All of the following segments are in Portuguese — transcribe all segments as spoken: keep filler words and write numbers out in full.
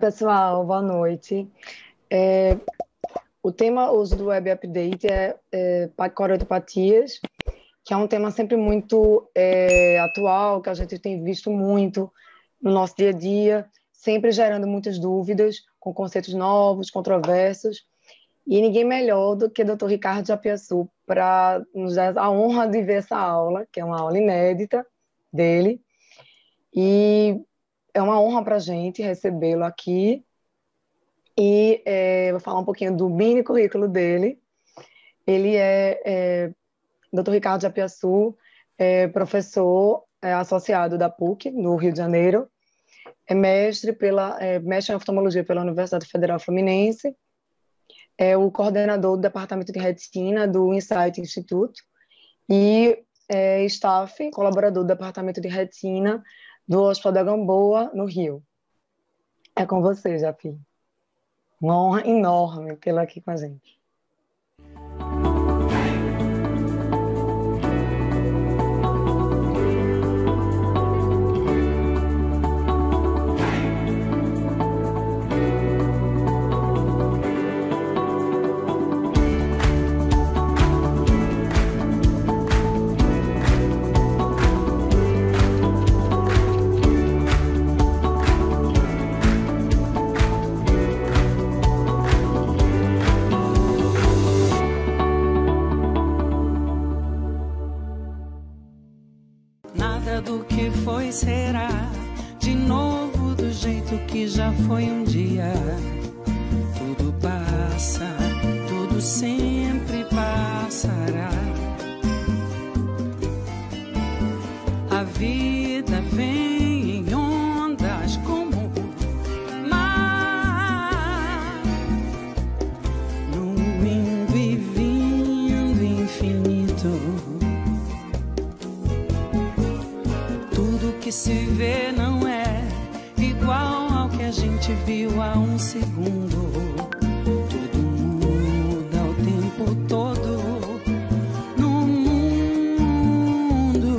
pessoal, boa noite. É, o tema hoje do Web Update é, é choroidopatias, que é um tema sempre muito é, atual, que a gente tem visto muito no nosso dia a dia, sempre gerando muitas dúvidas, com conceitos novos, controversos, e ninguém melhor do que o doutor Ricardo Japiaçu para nos dar a honra de ver essa aula, que é uma aula inédita dele, e é uma honra para a gente recebê-lo aqui. E é, vou falar um pouquinho do mini currículo dele. Ele é, é doutor Ricardo Japiaçu, é professor é, associado da P U C, no Rio de Janeiro, é mestre, pela, é mestre em oftalmologia pela Universidade Federal Fluminense, é o coordenador do Departamento de Retina do Insight Instituto e é staff, colaborador do Departamento de Retina do Hospital da Gamboa, no Rio. É com você, Japi. Uma honra enorme tê-la aqui com a gente. Será de novo do jeito que já foi um dia. Tudo passa, tudo sempre passará. A vida vem em ondas como o mar, num indo e vindo infinito. Que se vê não é igual ao que a gente viu há um segundo. Tudo muda o tempo todo no mundo.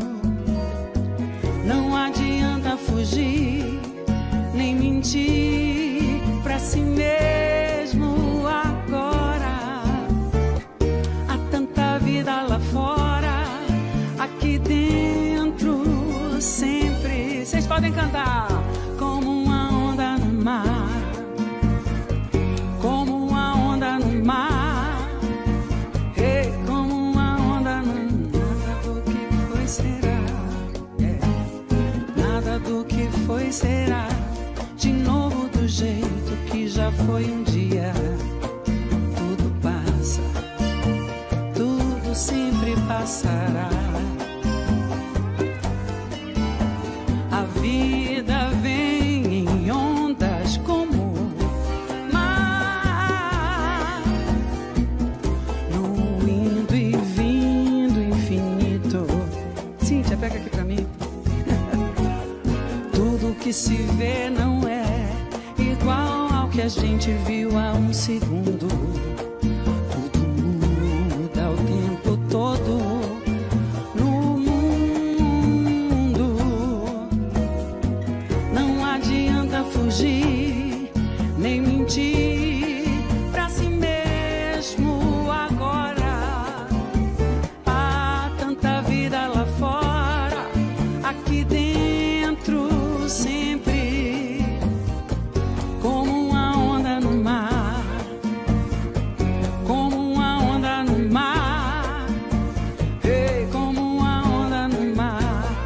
Não adianta fugir nem mentir pra si mesmo agora. Há tanta vida lá fora, aqui dentro sempre. Vocês podem cantar. Como uma onda no mar, como uma onda no mar, hey, como uma onda no mar. Nada do que foi será, é. Nada do que foi será de novo do jeito que já foi um dia. Tudo passa, tudo sempre passará. A vida vem em ondas como mar, no indo e vindo infinito. Cíntia, pega aqui pra mim. Tudo que se vê não é igual ao que a gente viu há um segundo. Tudo muda o tempo todo. Fugir, nem mentir pra si mesmo agora. Há tanta vida lá fora, aqui dentro sempre. Como uma onda no mar, como uma onda no mar, hey, como uma onda no mar.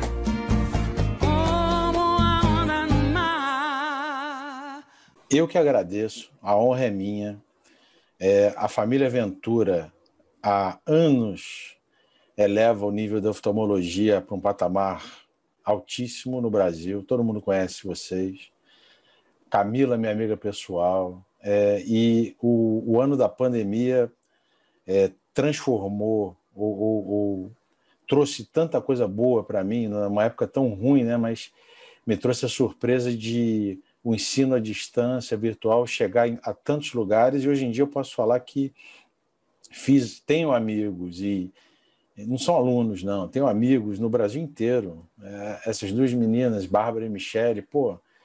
Eu que agradeço, a honra é minha. É, a família Ventura, há anos, eleva o nível da oftalmologia para um patamar altíssimo no Brasil. Todo mundo conhece vocês. Camila, minha amiga pessoal. É, e o, o ano da pandemia é, transformou, ou, ou, ou trouxe tanta coisa boa para mim, numa época tão ruim, né? Mas me trouxe a surpresa de o ensino à distância, virtual, chegar em, a tantos lugares, e hoje em dia eu posso falar que fiz, tenho amigos, e não são alunos, não, tenho amigos no Brasil inteiro. É, essas duas meninas, Bárbara e Michele, pô,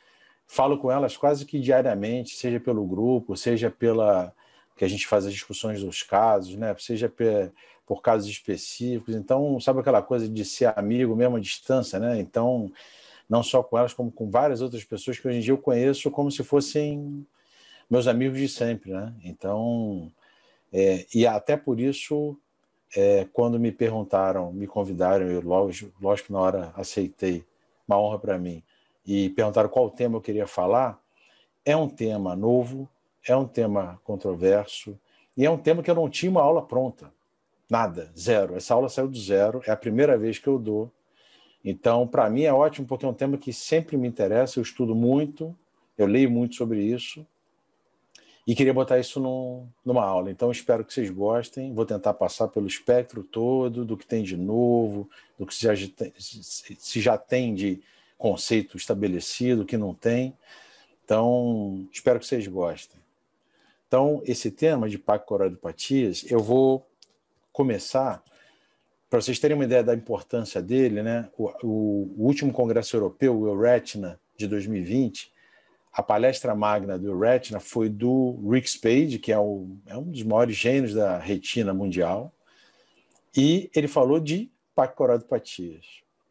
falo com elas quase que diariamente, seja pelo grupo, seja pela que a gente faz as discussões dos casos, né? Seja por casos específicos. Então, sabe aquela coisa de ser amigo mesmo à distância, né? Então, não só com elas, como com várias outras pessoas que hoje em dia eu conheço como se fossem meus amigos de sempre, né? Então, é, e até por isso, é, quando me perguntaram, me convidaram, eu lógico, lógico que na hora aceitei, uma honra para mim, e perguntaram qual tema eu queria falar, é um tema novo, é um tema controverso, e é um tema que eu não tinha uma aula pronta. Nada, zero. Essa aula saiu do zero, é a primeira vez que eu dou. Então, para mim é ótimo, porque é um tema que sempre me interessa, eu estudo muito, eu leio muito sobre isso, e queria botar isso num, numa aula. Então, espero que vocês gostem. Vou tentar passar pelo espectro todo, do que tem de novo, do que se já, se já tem de conceito estabelecido, o que não tem. Então, espero que vocês gostem. Então, esse tema de paquicoroidopatias, eu vou começar, para vocês terem uma ideia da importância dele, né? O, o, o último Congresso Europeu, o EURETINA, de dois mil e vinte, a palestra magna do EURETINA foi do Rick Spade, que é, o, é um dos maiores gênios da retina mundial, e ele falou de paquicoroidopatias.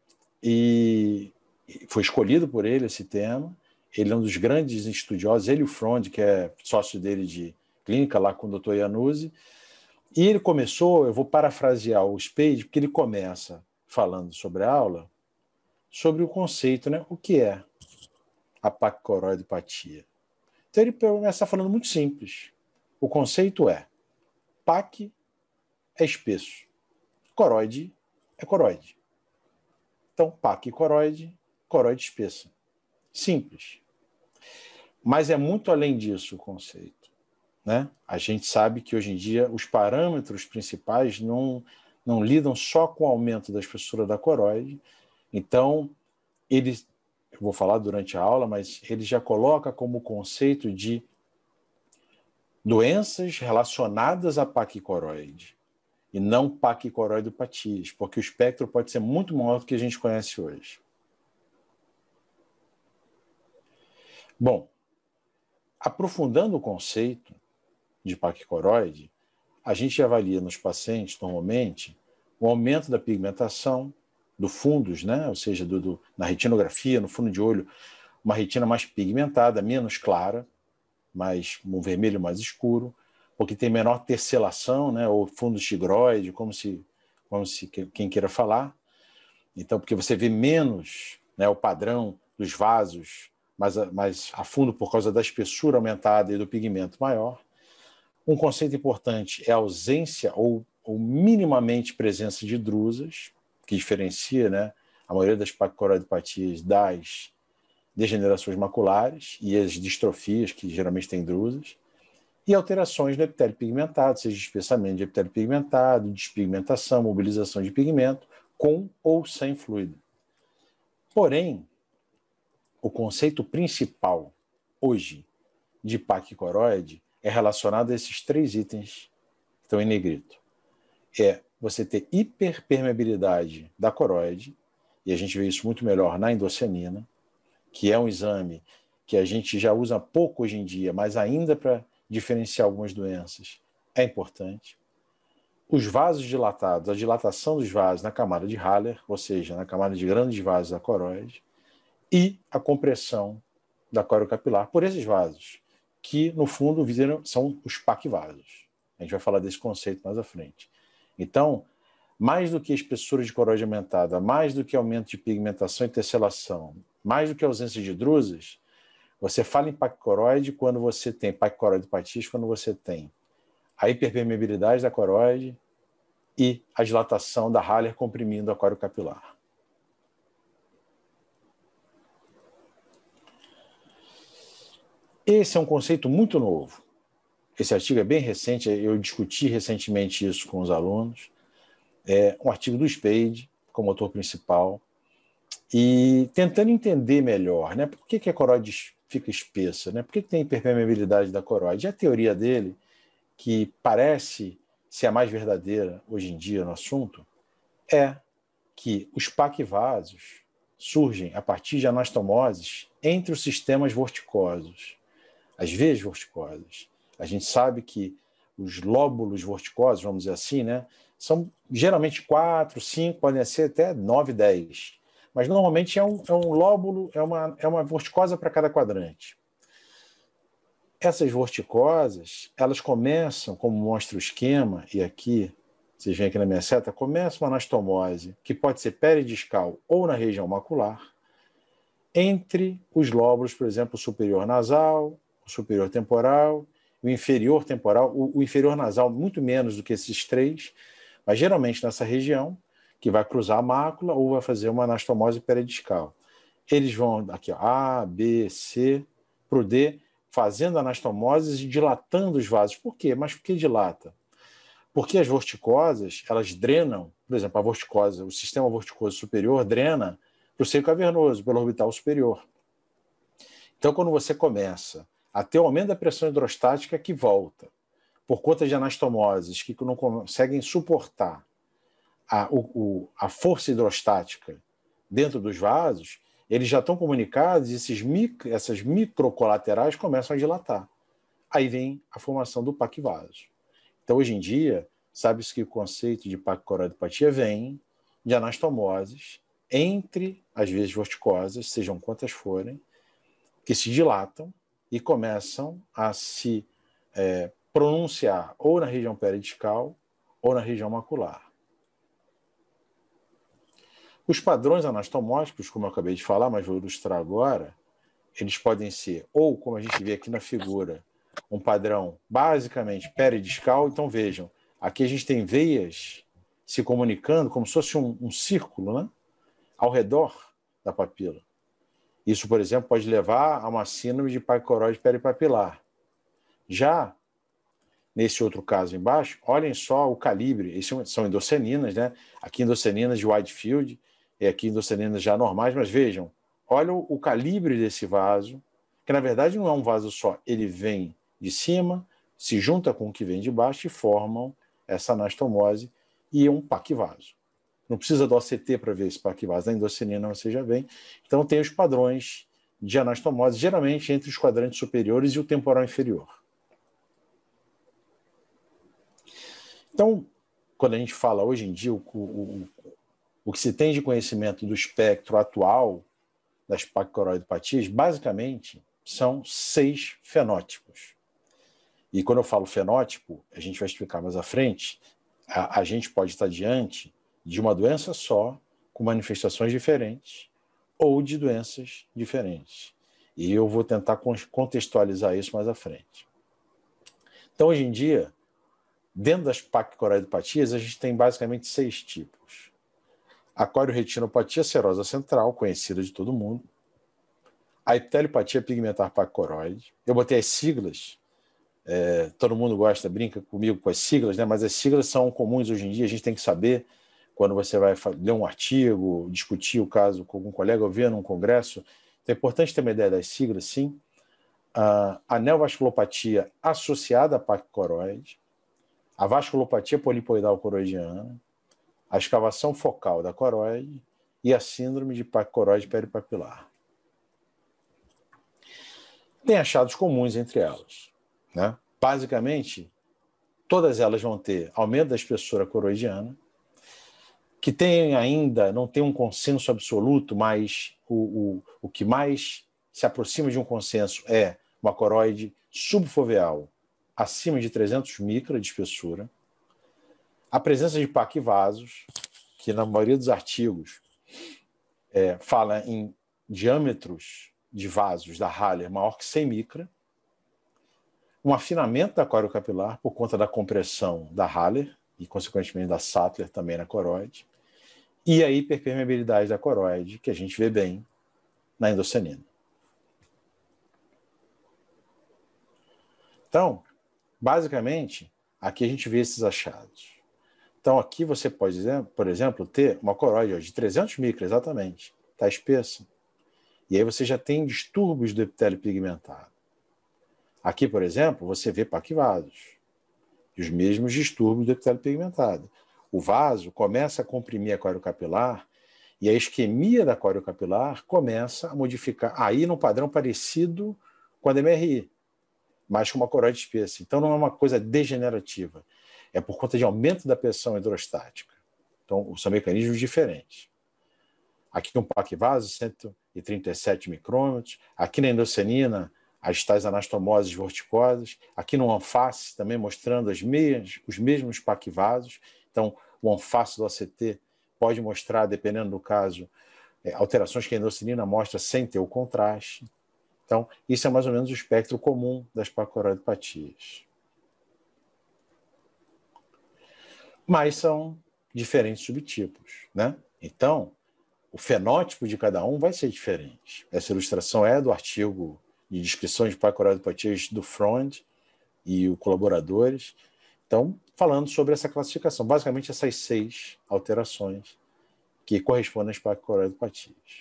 E foi escolhido por ele esse tema. Ele é um dos grandes estudiosos, ele e o Frond, que é sócio dele de clínica, lá com o doutor Iannuzzi. E ele começou, eu vou parafrasear o Spade, porque ele começa falando sobre a aula, sobre o conceito, né? O que é a paquicoroidopatia? Então ele começa falando muito simples. O conceito é: paque é espesso, coroide é coroide. Então, paque coroide, coroide espessa. Simples. Mas é muito além disso o conceito. Né? A gente sabe que hoje em dia os parâmetros principais não, não lidam só com o aumento da espessura da coroide. Então, ele, eu vou falar durante a aula, mas ele já coloca como conceito de doenças relacionadas à paquicoroide e não paquicoroidopatias, porque o espectro pode ser muito maior do que a gente conhece hoje. Bom, aprofundando o conceito de paquicoroide, a gente avalia nos pacientes, normalmente, o aumento da pigmentação do fundus, né? Ou seja, do, do, na retinografia, no fundo de olho, uma retina mais pigmentada, menos clara, mais, um vermelho mais escuro, porque tem menor tesselação, né? Ou fundus tigroide, como se, como se quem queira falar. Então, porque você vê menos, né, o padrão dos vasos mais, mais a fundo por causa da espessura aumentada e do pigmento maior. Um conceito importante é a ausência ou, ou minimamente presença de drusas, que diferencia, né, a maioria das paquicoroidopatias das degenerações maculares e as distrofias, que geralmente têm drusas, e alterações no epitélio pigmentado, seja espessamento de epitélio pigmentado, despigmentação, mobilização de pigmento, com ou sem fluido. Porém, o conceito principal hoje de paquicoroide é relacionado a esses três itens que estão em negrito. É você ter hiperpermeabilidade da coroide, e a gente vê isso muito melhor na endocianina, que é um exame que a gente já usa pouco hoje em dia, mas ainda para diferenciar algumas doenças é importante. Os vasos dilatados, a dilatação dos vasos na camada de Haller, ou seja, na camada de grandes vasos da coroide, e a compressão da corocapilar por esses vasos, que, no fundo, viram, são os paquivasos. A gente vai falar desse conceito mais à frente. Então, mais do que espessura de coroide aumentada, mais do que aumento de pigmentação e tesselação, mais do que ausência de drusas, você fala em paquicoroide quando você tem paquicoroidopatias, quando você tem a hiperpermeabilidade da coroide e a dilatação da Haller comprimindo a corocapilar. Esse é um conceito muito novo. Esse artigo é bem recente, eu discuti recentemente isso com os alunos. É um artigo do Spade, como autor principal, e tentando entender melhor, né, por que, que a coroide fica espessa, né, por que, que tem hiperpermeabilidade da coroide. E a teoria dele, que parece ser a mais verdadeira hoje em dia no assunto, é que os paquivasos surgem a partir de anastomoses entre os sistemas vorticosos, as veias vorticosas. A gente sabe que os lóbulos vorticosos, vamos dizer assim, né, são geralmente quatro, cinco, podem ser até nove, dez. Mas normalmente é um, é um lóbulo, é uma, é uma vorticosa para cada quadrante. Essas vorticosas, elas começam, como mostra o esquema, e aqui, vocês veem aqui na minha seta, começa uma anastomose, que pode ser peridiscal ou na região macular, entre os lóbulos, por exemplo, o superior nasal, o superior temporal, o inferior temporal, o, o inferior nasal muito menos do que esses três, mas geralmente nessa região, que vai cruzar a mácula ou vai fazer uma anastomose peridiscal. Eles vão aqui, ó, A, B, C, para o D, fazendo anastomoses e dilatando os vasos. Por quê? Mas por que dilata? Porque as vorticosas, elas drenam, por exemplo, a vorticosa, o sistema vorticoso superior drena para o seio cavernoso, pelo orbital superior. Então, quando você começa a ter o aumento da pressão hidrostática que volta, por conta de anastomoses que não conseguem suportar a, o, a força hidrostática dentro dos vasos, eles já estão comunicados e esses micro, essas microcolaterais começam a dilatar. Aí vem a formação do paquivaso. Então, hoje em dia, sabe-se que o conceito de paquicoroidopatia vem de anastomoses entre as veias vorticosas, sejam quantas forem, que se dilatam e começam a se é, pronunciar ou na região peridiscal ou na região macular. Os padrões anastomóticos, como eu acabei de falar, mas vou ilustrar agora, eles podem ser, ou como a gente vê aqui na figura, um padrão basicamente peridiscal. Então vejam, aqui a gente tem veias se comunicando como se fosse um, um círculo, né, ao redor da papila. Isso, por exemplo, pode levar a uma síndrome de paquicoroide peripapilar. Já nesse outro caso embaixo, olhem só o calibre. Esses são endoceninas, né? Aqui endoceninas de Whitefield e aqui endoceninas já normais, mas vejam, olha o, o calibre desse vaso, que na verdade não é um vaso só, ele vem de cima, se junta com o que vem de baixo e formam essa anastomose e um paquivaso. Não precisa do O C T para ver esse paquivaso, da endocenina você já vem. Então tem os padrões de anastomose, geralmente entre os quadrantes superiores e o temporal inferior. Então, quando a gente fala hoje em dia, o, o, o que se tem de conhecimento do espectro atual das paquicoroidopatias, basicamente, são seis fenótipos. E quando eu falo fenótipo, a gente vai explicar mais à frente, a, a gente pode estar diante de uma doença só, com manifestações diferentes, ou de doenças diferentes. E eu vou tentar contextualizar isso mais à frente. Então, hoje em dia, dentro das paquicoroidopatias, a gente tem basicamente seis tipos. A corioretinopatia serosa central, conhecida de todo mundo. A epiteliopatia pigmentar paquicoroide. Eu botei as siglas, é, todo mundo gosta, brinca comigo com as siglas, né? Mas as siglas são comuns hoje em dia, a gente tem que saber, quando você vai ler um artigo, discutir o caso com algum colega ou ver num congresso. Então é importante ter uma ideia das siglas, sim. A neovasculopatia associada à paquicoroide, a vasculopatia polipoidal coroidiana, a escavação focal da coroide e a síndrome de paquicoroide peripapilar. Tem achados comuns entre elas, né? Basicamente, todas elas vão ter aumento da espessura coroidiana, que tem ainda, não tem um consenso absoluto, mas o, o, o que mais se aproxima de um consenso é uma coroide subfoveal acima de trezentos micra de espessura, a presença de paquivasos, que na maioria dos artigos é, fala em diâmetros de vasos da Haller maior que cem micra, um afinamento da coriocapilar por conta da compressão da Haller e, consequentemente, da Sattler também na coroide, e a hiperpermeabilidade da coroide, que a gente vê bem na endocenina. Então, basicamente, aqui a gente vê esses achados. Então, aqui você pode, por exemplo, ter uma coroide de trezentos micra, exatamente, está espessa. E aí você já tem distúrbios do epitélio pigmentado. Aqui, por exemplo, você vê paquivasos, os mesmos distúrbios do epitélio pigmentado. O vaso começa a comprimir a coriocapilar E a isquemia da coriocapilar começa a modificar, aí num padrão parecido com a D M R I, mas com uma coroide espessa. Então não é uma coisa degenerativa, é por conta de aumento da pressão hidrostática. Então são mecanismos diferentes. Aqui um P A C vaso, cento e trinta e sete micrômetros. Aqui na endocenina, as tais anastomoses vorticosas. Aqui no anface, também mostrando as meias, os mesmos P A C vasos. Então, o anface do A C T pode mostrar, dependendo do caso, é, alterações que a endocenina mostra sem ter o contraste. Então, isso é mais ou menos o espectro comum das pancreatopatias. Mas são diferentes subtipos, né? Então, o fenótipo de cada um vai ser diferente. Essa ilustração é do artigo de descrição de pancreatopatias do Freund e os colaboradores. Então, falando sobre essa classificação, basicamente essas seis alterações que correspondem às pancreatopatias.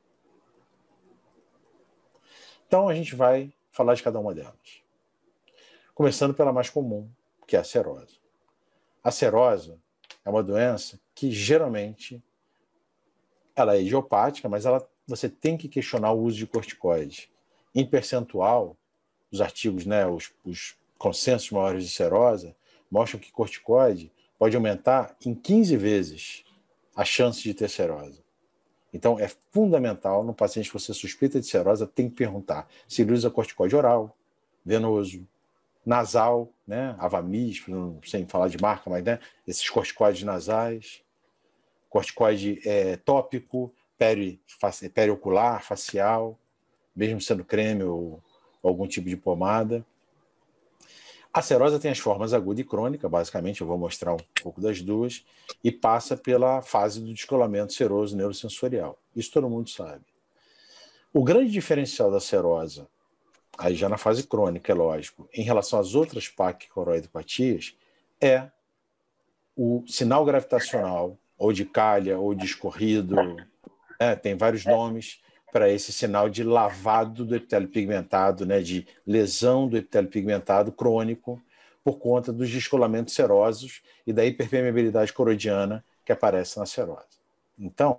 Então, a gente vai falar de cada uma delas. Começando pela mais comum, que é a cirrose. A cirrose é uma doença que geralmente ela é idiopática, mas ela, você tem que questionar o uso de corticoide. Em percentual, os artigos, né, os, os consensos maiores de cirrose mostram que corticoide pode aumentar em quinze vezes a chance de ter cirrose. Então, é fundamental, no paciente que você suspeita de cirrose, tem que perguntar se ele usa corticoide oral, venoso, nasal, né, Avamis, sem falar de marca, mas né, esses corticoides nasais, corticoide é, tópico, peri, face, periocular, facial, mesmo sendo creme ou, ou algum tipo de pomada. A cirrose tem as formas aguda e crônica, basicamente, eu vou mostrar um pouco das duas, e passa pela fase do descolamento seroso neurosensorial. Isso todo mundo sabe. O grande diferencial da cirrose, aí já na fase crônica, é lógico, em relação às outras pancreatopatias, é o sinal gravitacional, ou de calha, ou de escorrido, né? Tem vários nomes para esse sinal de lavado do epitélio pigmentado, né? De lesão do epitélio pigmentado crônico, por conta dos descolamentos serosos e da hiperpermeabilidade coroidiana que aparece na cirrose. Então,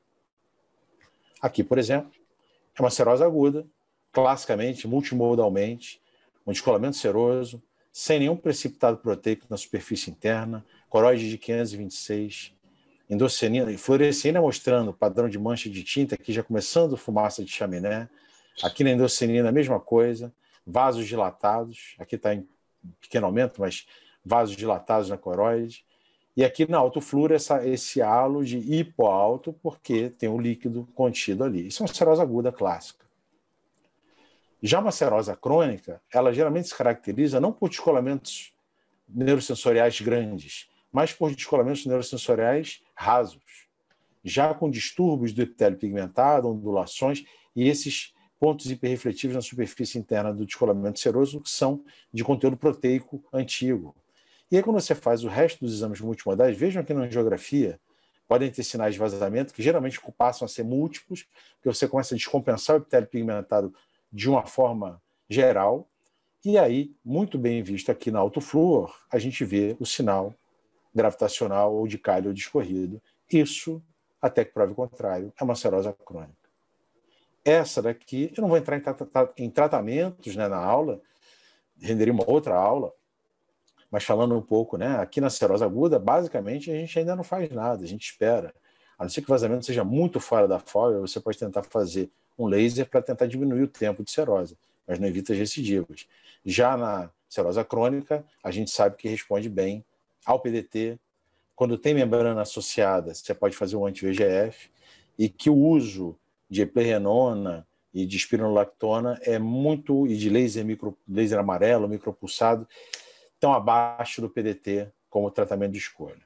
aqui, por exemplo, é uma cirrose aguda, classicamente, multimodalmente, um descolamento seroso, sem nenhum precipitado proteico na superfície interna, coroide de quinhentos e vinte e seis, endocenina e fluorescina mostrando padrão de mancha de tinta, aqui já começando fumaça de chaminé, aqui na endocenina a mesma coisa, vasos dilatados, aqui está em pequeno aumento, mas vasos dilatados na coroide, e aqui na autofluora essa, esse halo de hipoalto, porque tem o líquido contido ali. Isso é uma cirrose aguda clássica. Já uma cirrose crônica, ela geralmente se caracteriza não por descolamentos neurosensoriais grandes, mas por descolamentos neurosensoriais rasos, já com distúrbios do epitélio pigmentado, ondulações, e esses pontos hiperrefletivos na superfície interna do descolamento seroso que são de conteúdo proteico antigo. E aí, quando você faz o resto dos exames multimodais, vejam aqui na angiografia, podem ter sinais de vazamento, que geralmente passam a ser múltiplos, porque você começa a descompensar o epitélio pigmentado de uma forma geral, e aí, muito bem visto aqui na autofluor, a gente vê o sinal gravitacional ou de calha ou de escorrido. Isso, até que prove o contrário, é uma cirrose crônica. Essa daqui, eu não vou entrar em, tra em tratamentos, né, na aula, renderia uma outra aula, mas falando um pouco, né, aqui na cirrose aguda, basicamente a gente ainda não faz nada, a gente espera. A não ser que o vazamento seja muito fora da foga, você pode tentar fazer um laser para tentar diminuir o tempo de cirrose, mas não evita as recidivas. Já na cirrose crônica, a gente sabe que responde bem ao P D T. Quando tem membrana associada, você pode fazer um anti-V G F, e que o uso de eplerenona e de espironolactona é muito, e de laser, micro, laser amarelo, micropulsado, estão abaixo do P D T como tratamento de escolha.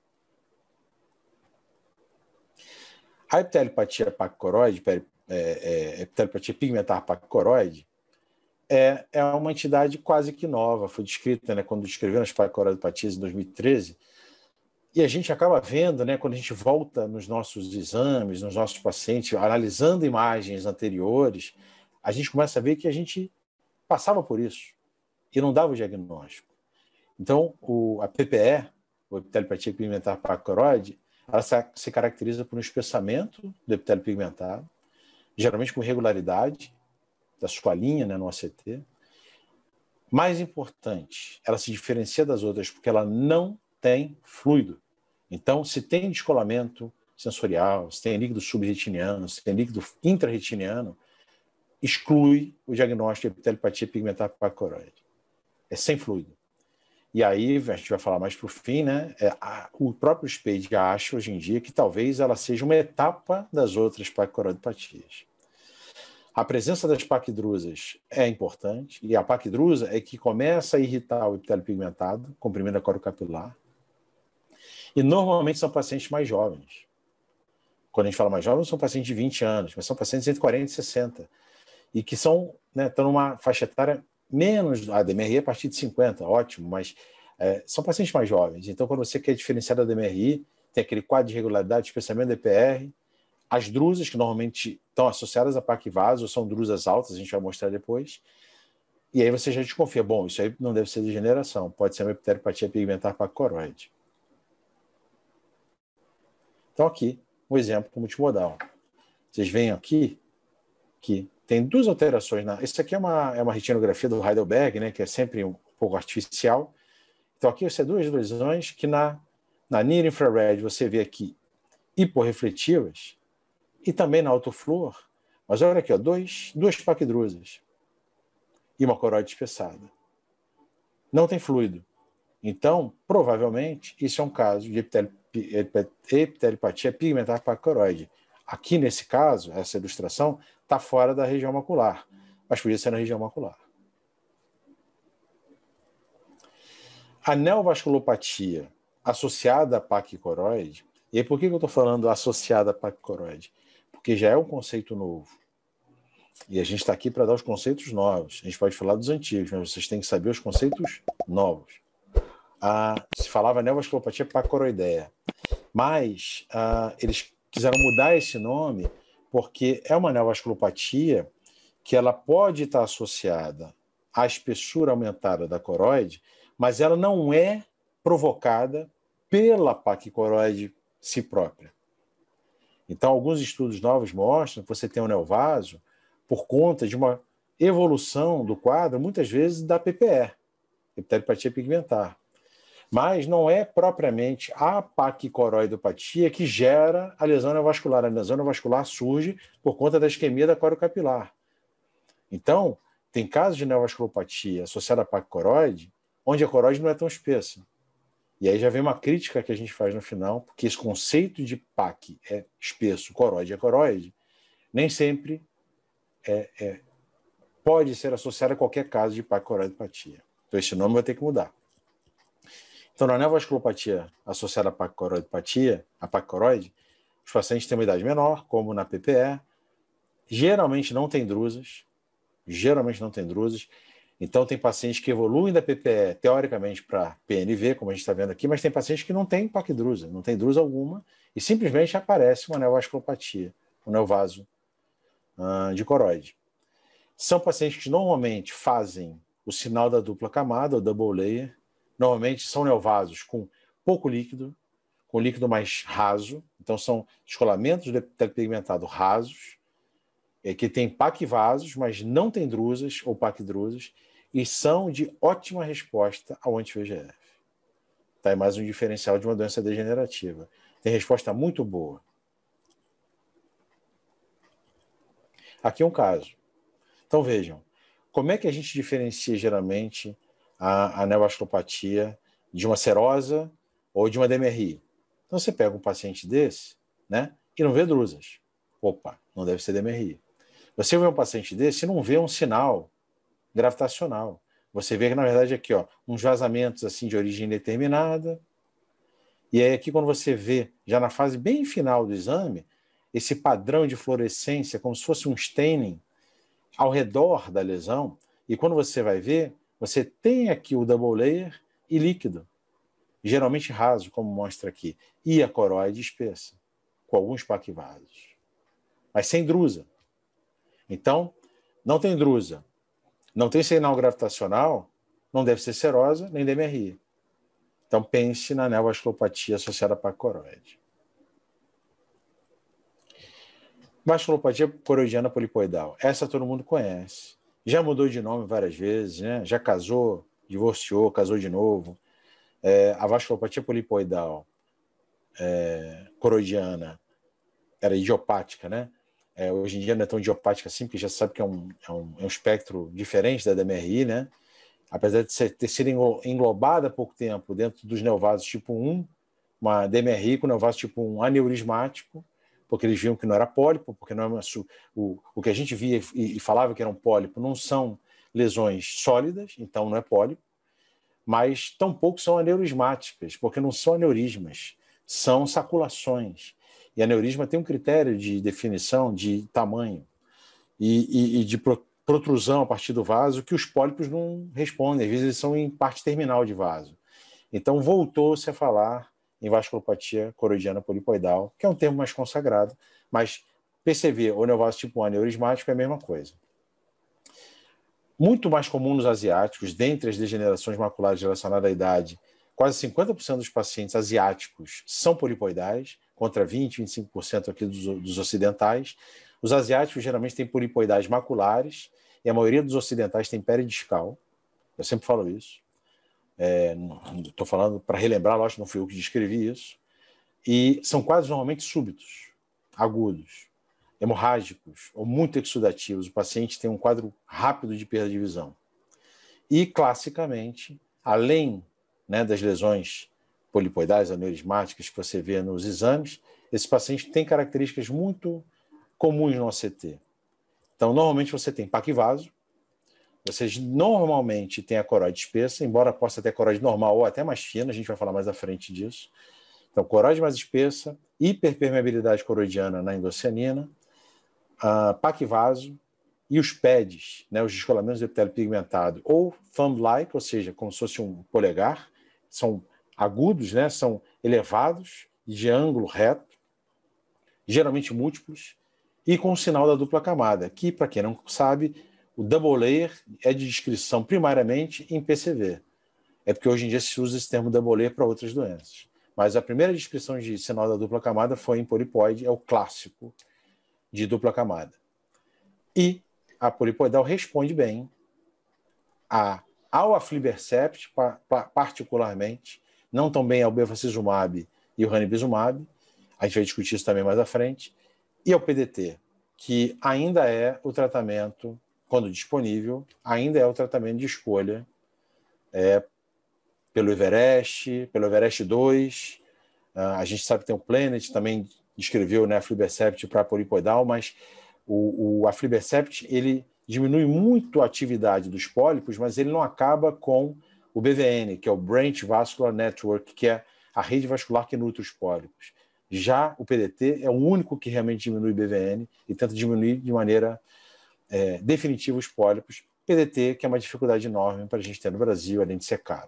A epitéliopatia pancreatocoroide, é, é, epitéliopatia pigmentar pancreatocoroide, é, é uma entidade quase que nova, foi descrita, né, quando descreveram as pancreatopatias em dois mil e treze, e a gente acaba vendo, né, quando a gente volta nos nossos exames, nos nossos pacientes, analisando imagens anteriores, a gente começa a ver que a gente passava por isso e não dava o diagnóstico. Então, o, a P P E, o epitéliopatia pigmentar pancreatocoroide, ela se caracteriza por um espessamento do epitélio pigmentado, geralmente com regularidade da sua linha, né, no O C T. Mais importante, ela se diferencia das outras porque ela não tem fluido. Então, se tem descolamento sensorial, se tem líquido subretiniano, se tem líquido intrarretiniano, exclui o diagnóstico de epitéliopatia pigmentar paracoroide. É sem fluido. E aí, a gente vai falar mais para o fim, né? É, a, o próprio Spade acha hoje em dia que talvez ela seja uma etapa das outras paracoroidopatias. A presença das paquidrusas é importante, e a paquidrusa é que começa a irritar o epitélio pigmentado, comprimindo a coro capilar. E normalmente são pacientes mais jovens. Quando a gente fala mais jovens, são pacientes de vinte anos, mas são pacientes entre quarenta e sessenta. E que são, né, estão numa faixa etária menos, a D M R I a partir de cinquenta, ótimo, mas é, são pacientes mais jovens. Então, quando você quer diferenciar da D M R I, tem aquele quadro de irregularidade, especialmente da D P R, as drusas, que normalmente estão associadas a paquivaso, são drusas altas, a gente vai mostrar depois, e aí você já desconfia, bom, isso aí não deve ser degeneração, pode ser uma epiteliopatia pigmentar paracoroide. Então, aqui, um exemplo multimodal. Vocês veem aqui que tem duas alterações. Na... Isso aqui é uma, é uma retinografia do Heidelberg, né, que é sempre um pouco artificial. Então, aqui você tem duas lesões que na, na near infrared você vê aqui hiporrefletivas e também na autofluor. Mas olha aqui, ó, dois, duas paquidrusas e uma coroide espessada. Não tem fluido. Então, provavelmente, isso é um caso de epiteliopatia pigmentar paracoroide. Aqui, nesse caso, essa ilustração está fora da região macular, mas podia ser na região macular. A neovasculopatia associada à paquicoroide, e aí por que eu estou falando associada à paquicoroide? Porque já é um conceito novo. E a gente está aqui para dar os conceitos novos. A gente pode falar dos antigos, mas vocês têm que saber os conceitos novos. Ah, se falava neovasculopatia paracoroideia, mas ah, eles quiseram mudar esse nome porque é uma neovasculopatia que ela pode estar associada à espessura aumentada da coroide, mas ela não é provocada pela paquicoroide si própria. Então, alguns estudos novos mostram que você tem um neovaso por conta de uma evolução do quadro, muitas vezes da P P E, epiteliopatia pigmentar. Mas não é propriamente a paquicoroidopatia que gera a lesão neovascular. A lesão neovascular surge por conta da isquemia da coro capilar. Então, tem casos de neovasculopatia associada à paquicoroide, onde a coroide não é tão espessa. E aí já vem uma crítica que a gente faz no final, porque esse conceito de paque é espesso, coroide é coroide, nem sempre é, é, pode ser associado a qualquer caso de paquicoroidopatia. Então esse nome vai ter que mudar. Então, na neovasculopatia associada à paquicoroidopatia, a paquicoroide, os pacientes têm uma idade menor, como na P P E, geralmente não tem drusas, geralmente não tem drusas. Então, tem pacientes que evoluem da P P E, teoricamente, para P N V, como a gente está vendo aqui, mas tem pacientes que não têm paquidrusa, não tem drusa alguma, e simplesmente aparece uma neovasculopatia, um neovaso uh, de coroide. São pacientes que normalmente fazem o sinal da dupla camada, o double layer. Normalmente são neovasos com pouco líquido, com líquido mais raso. Então, são descolamentos do epitélio pigmentado rasos, é, que tem paquivasos, mas não tem drusas ou paquidrusas, e são de ótima resposta ao anti-V E G F. Tá? É mais um diferencial de uma doença degenerativa. Tem resposta muito boa. Aqui um caso. Então, vejam, como é que a gente diferencia geralmente a, a neovasculopatia de uma serosa ou de uma D M R I? Então, você pega um paciente desse, né, e não vê drusas. Opa, não deve ser D M R I. Você vê um paciente desse e não vê um sinal gravitacional. Você vê que, na verdade, aqui, ó, uns vazamentos assim, de origem indeterminada. E aí, aqui, quando você vê, já na fase bem final do exame, esse padrão de fluorescência, como se fosse um staining, ao redor da lesão, e quando você vai ver, você tem aqui o double layer e líquido, geralmente raso, como mostra aqui, e a coroide espessa, com alguns paquivasos, mas sem drusa. Então, não tem drusa, não tem sinal gravitacional, não deve ser serosa, nem D M R I. Então, pense na neovasculopatia associada à paquicoroide. Vasculopatia coroidiana polipoidal. Essa todo mundo conhece. Já mudou de nome várias vezes, né? Já casou, divorciou, casou de novo. É, a vasculopatia polipoidal é, coroidiana era idiopática, né? É, hoje em dia não é tão idiopática assim, porque já sabe que é um, é um, é um espectro diferente da D M R I, né? Apesar de ser, ter sido englobada há pouco tempo dentro dos neovasos tipo um, uma D M R I com neovaso tipo um aneurismático, porque eles viam que não era pólipo, porque não é uma, o, o que a gente via e, e falava que era um pólipo não são lesões sólidas, então não é pólipo, mas tampouco são aneurismáticas, porque não são aneurismas, são saculações. E aneurisma tem um critério de definição de tamanho e, e, e de protrusão a partir do vaso que os pólipos não respondem, às vezes eles são em parte terminal de vaso. Então voltou-se a falar em vasculopatia coroidiana polipoidal, que é um termo mais consagrado, mas P C V ou neovaso tipo um aneurismático é a mesma coisa. Muito mais comum nos asiáticos, dentre as degenerações maculares relacionadas à idade, quase cinquenta por cento dos pacientes asiáticos são polipoidais, contra vinte, vinte e cinco por cento aqui dos, dos ocidentais. Os asiáticos geralmente têm polipoidais maculares e a maioria dos ocidentais tem peridiscal. Eu sempre falo isso. Estou é, falando para relembrar, lógico, não fui eu que descrevi isso. E são quase normalmente súbitos, agudos, hemorrágicos ou muito exudativos. O paciente tem um quadro rápido de perda de visão. E, classicamente, além, né, das lesões polipoidais aneurismáticas que você vê nos exames, esse paciente tem características muito comuns no O C T. Então, normalmente você tem paquivaso, você normalmente tem a coroide espessa, embora possa ter coroide normal ou até mais fina, a gente vai falar mais à frente disso. Então, coroide mais espessa, hiperpermeabilidade coroidiana na endocianina, uh, paquivaso e os P E Ds, né, os descolamentos do epitélio pigmentado, ou thumb-like, ou seja, como se fosse um polegar, são agudos, né, são elevados, de ângulo reto, geralmente múltiplos, e com o sinal da dupla camada, que, para quem não sabe, o double layer é de descrição primariamente em P C V. É porque hoje em dia se usa esse termo double layer para outras doenças. Mas a primeira descrição de sinal da dupla camada foi em polipoide, é o clássico de dupla camada. E a polipoidal responde bem a, ao aflibercept, particularmente, não tão bem ao bevacizumab e o ranibizumab, a gente vai discutir isso também mais à frente, e ao P D T, que ainda é o tratamento, quando disponível, ainda é o tratamento de escolha é, pelo Everest, pelo Everest dois, uh, a gente sabe que tem o Planet, também descreveu, né, aflibercept para polipoidal, mas o, o aflibercept, ele diminui muito a atividade dos pólipos, mas ele não acaba com o B V N, que é o Branch Vascular Network, que é a rede vascular que nutre os pólipos. Já o P D T é o único que realmente diminui o B V N e tenta diminuir de maneira é, definitiva os pólipos. P D T, que é uma dificuldade enorme para a gente ter no Brasil, além de ser caro.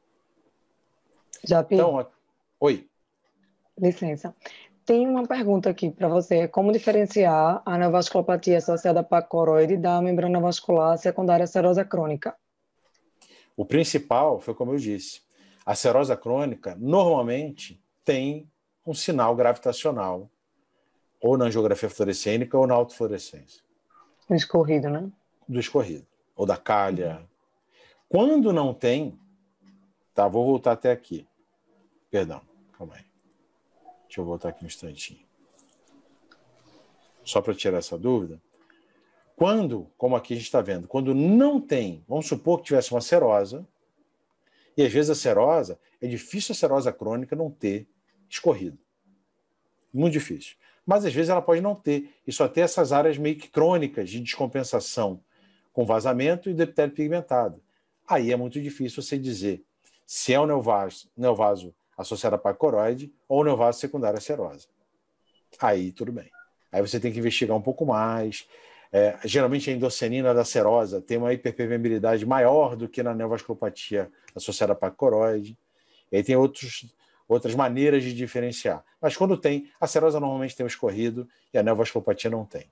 Japi, então, a... Oi. Licença. Tem uma pergunta aqui para você. Como diferenciar a neovasculopatia associada à placa coroide da membrana vascular secundária serosa crônica? O principal foi como eu disse. A serosa crônica, normalmente, tem um sinal gravitacional, ou na angiografia fluorescênica ou na autofluorescência. Do escorrido, né? Do escorrido, ou da calha. Uhum. Quando não tem, tá, vou voltar até aqui. Perdão, calma aí. Deixa eu voltar aqui um instantinho. Só para tirar essa dúvida. Quando, como aqui a gente está vendo, quando não tem, vamos supor que tivesse uma serosa, e às vezes a serosa, é difícil a serosa crônica não ter escorrido. Muito difícil. Mas às vezes ela pode não ter, e só ter essas áreas meio que crônicas de descompensação com vazamento e do epitélio pigmentado. Aí é muito difícil você dizer se é o neovaso, neovaso associado à placa coroide ou o neovaso secundário à serose. Aí tudo bem. Aí você tem que investigar um pouco mais. É, geralmente a endocianina da serosa tem uma hiperpermeabilidade maior do que na neovasculopatia associada à placa coroide. E aí tem outros, outras maneiras de diferenciar. Mas quando tem, a serosa normalmente tem um escorrido e a neovasculopatia não tem.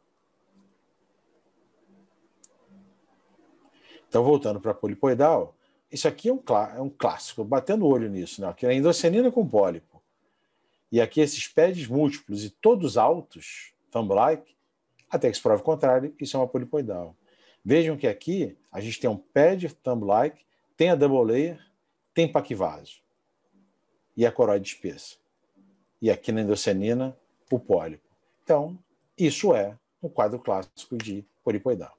Então, voltando para a polipoidal, isso aqui é um, é um clássico, batendo o olho nisso, né? Aqui é a endocianina com pólipo. E aqui esses P E Ds múltiplos e todos altos, thumb-like, Até que se prove o contrário, isso é uma polipoidal. Vejam que aqui a gente tem um pé de thumb-like, tem a double layer, tem paquivaso e a coroide espessa. E aqui na endoscenina, o pólipo. Então, isso é um quadro clássico de polipoidal.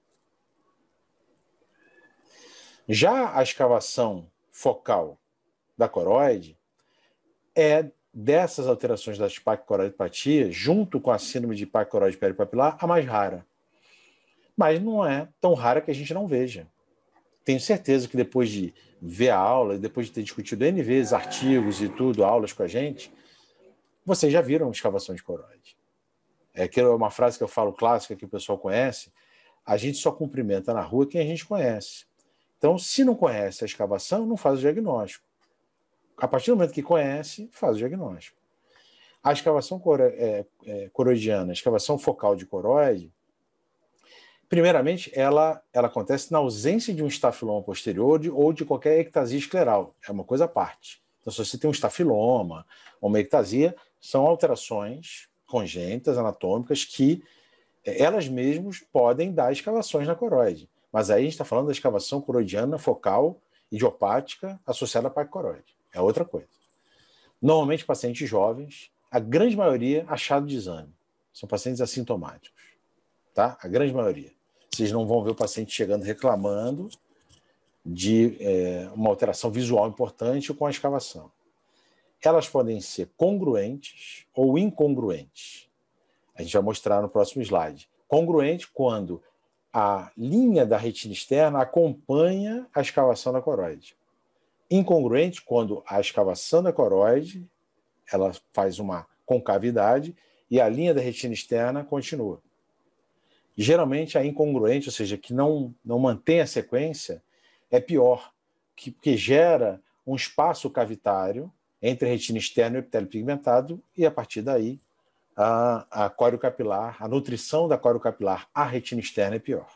Já a escavação focal da coroide é dessas alterações das paquicoroidopatias, junto com a síndrome de paquicoroide peripapilar, a mais rara. Mas não é tão rara que a gente não veja. Tenho certeza que depois de ver a aula, depois de ter discutido N vezes artigos e tudo, aulas com a gente, vocês já viram escavação de coroide. É uma frase que eu falo clássica que o pessoal conhece, a gente só cumprimenta na rua quem a gente conhece. Então, se não conhece a escavação, não faz o diagnóstico. A partir do momento que conhece, faz o diagnóstico. A escavação coro é, é, coroidiana, a escavação focal de coroide, primeiramente, ela, ela acontece na ausência de um estafiloma posterior de, ou de qualquer ectasia escleral. É uma coisa à parte. Então, se você tem um estafiloma ou uma ectasia, são alterações congênitas, anatômicas, que elas mesmas podem dar escavações na coroide. Mas aí a gente está falando da escavação coroidiana focal idiopática associada à paquicoroide. É outra coisa. Normalmente, pacientes jovens, a grande maioria achado de exame. São pacientes assintomáticos. Tá? A grande maioria. Vocês não vão ver o paciente chegando reclamando de é, uma alteração visual importante com a escavação. Elas podem ser congruentes ou incongruentes. A gente vai mostrar no próximo slide. Congruente quando a linha da retina externa acompanha a escavação da coroide. Incongruente quando a escavação da coroide ela faz uma concavidade e a linha da retina externa continua. Geralmente a incongruente, ou seja, que não, não mantém a sequência, é pior, que, que gera um espaço cavitário entre a retina externa e o epitélio pigmentado e, a partir daí, a, a córeo capilar, a nutrição da córeo capilar à retina externa é pior.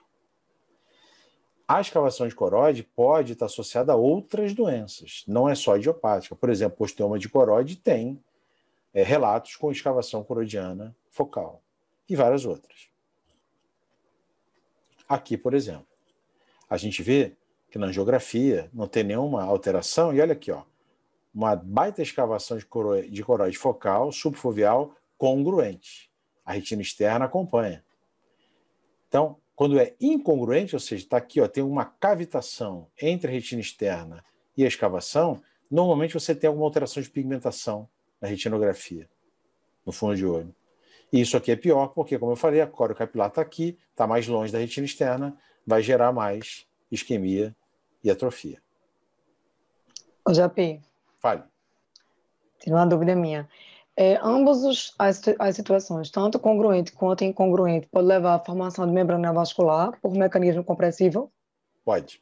A escavação de coroide pode estar associada a outras doenças, não é só idiopática. Por exemplo, o osteoma de coroide tem é, relatos com escavação coroidiana focal e várias outras. Aqui, por exemplo, a gente vê que na angiografia não tem nenhuma alteração, e olha aqui, ó, uma baita escavação de coroide, de coroide focal, subfoveal, congruente. A retina externa acompanha. Então, quando é incongruente, ou seja, está aqui, ó, tem uma cavitação entre a retina externa e a escavação, normalmente você tem alguma alteração de pigmentação na retinografia, no fundo de olho. E isso aqui é pior porque, como eu falei, a córeo capilar está aqui, está mais longe da retina externa, vai gerar mais isquemia e atrofia. Ô, Japi. Fale. Tem uma dúvida minha. É, ambos os, as, as situações, tanto congruente quanto incongruente, pode levar à formação de membrana vascular por mecanismo compressivo? Pode.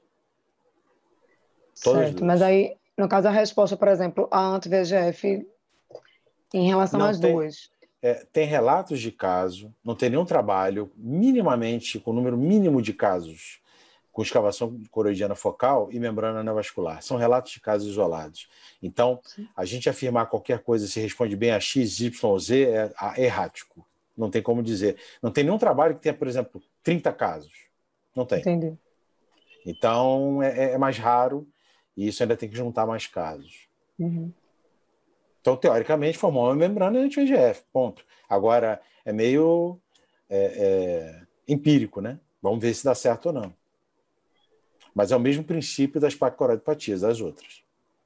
Todas certo, mas aí, no caso, a resposta, por exemplo, a anti-V G F em relação não, às tem, duas. É, tem relatos de caso, não tem nenhum trabalho minimamente, com número mínimo de casos, com escavação coroidiana focal e membrana neovascular. São relatos de casos isolados. Então, a gente afirmar qualquer coisa se responde bem a X, Y ou Z é, é errático. Não tem como dizer. Não tem nenhum trabalho que tenha, por exemplo, trinta casos. Não tem. Entendi. Então, é, é mais raro e isso ainda tem que juntar mais casos. Uhum. Então, teoricamente, formou uma membrana anti-V G F, ponto. Agora, é meio é, é, empírico, né? Vamos ver se dá certo ou não. Mas é o mesmo princípio das paquicoroidopatias, das outras.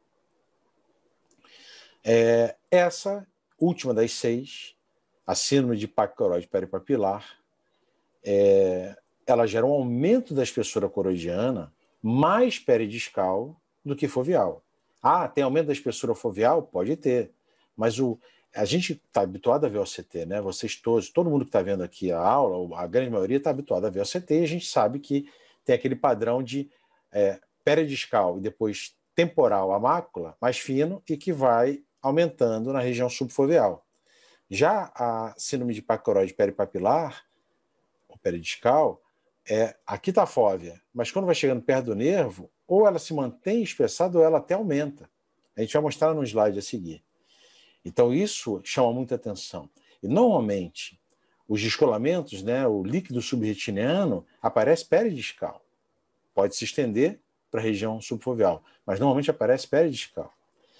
É, essa última das seis, a síndrome de paquicoroide peripapilar, é, ela gera um aumento da espessura coroidiana mais peridiscal do que foveal. Ah, tem aumento da espessura foveal? Pode ter. Mas o, a gente está habituado a ver o C T, né? Vocês todos, todo mundo que está vendo aqui a aula, a grande maioria está habituado a ver o C T e a gente sabe que tem aquele padrão de é, peridiscal e depois temporal a mácula mais fino e que vai aumentando na região subfoveal. Já a síndrome de paquicoroide peripapilar, ou peridiscal, é, aqui está a fóvea, mas quando vai chegando perto do nervo, ou ela se mantém espessada ou ela até aumenta. A gente vai mostrar no slide a seguir. Então isso chama muita atenção. E normalmente os descolamentos, né, o líquido subretiniano, aparece peridiscal. Pode se estender para a região subfoveal, mas normalmente aparece peridiscal.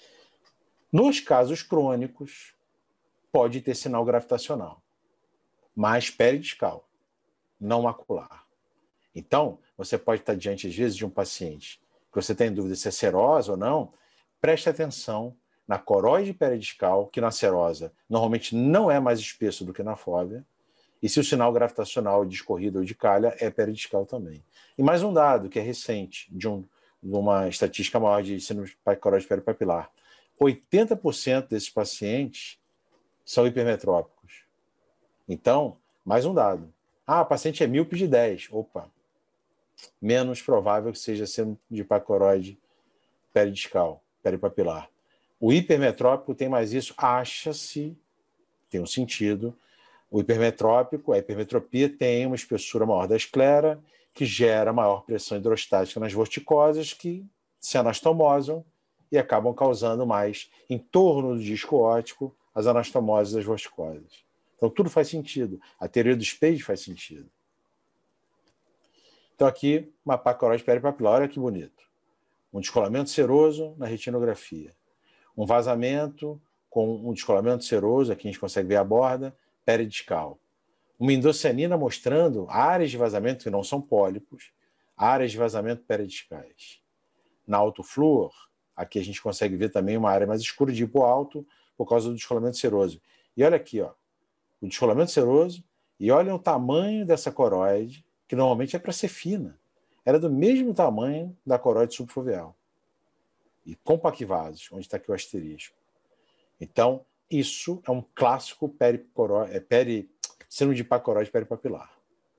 Nos casos crônicos, pode ter sinal gravitacional, mas peridiscal, não macular. Então, você pode estar diante, às vezes, de um paciente que você tem dúvida se é serosa ou não. Preste atenção na coroide peridiscal, que na serosa normalmente não é mais espesso do que na fóvea, e se o sinal gravitacional de escorrida ou de calha é peridiscal também. E mais um dado que é recente, de, um, de uma estatística maior de síndrome de coroide peripapilar. oitenta por cento desses pacientes são hipermetrópicos. Então, mais um dado. Ah, o paciente é míope de dez. Opa, menos provável que seja síndrome de pacoroide peridiscal, peripapilar. O hipermetrópico tem mais isso, acha-se, tem um sentido. O hipermetrópico, a hipermetropia, tem uma espessura maior da esclera, que gera maior pressão hidrostática nas vorticosas, que se anastomosam e acabam causando mais, em torno do disco óptico, as anastomoses das vorticosas. Então, tudo faz sentido. A teoria do Spade faz sentido. Então, aqui, uma pacoroide peripapilar, olha que bonito. Um descolamento seroso na retinografia. Um vazamento com um descolamento seroso, aqui a gente consegue ver a borda, peridiscal. Uma endocianina mostrando áreas de vazamento que não são pólipos, áreas de vazamento peridiscais. Na autofluor, aqui a gente consegue ver também uma área mais escura de hipoalto por causa do descolamento seroso. E olha aqui, ó, o descolamento seroso, e olha o tamanho dessa coroide, que normalmente é para ser fina. Era do mesmo tamanho da coroide subfoveal. E compaquivasos, onde está aqui o asterisco. Então, isso é um clássico peri, é, peri, síndrome de pacoroide peripapilar.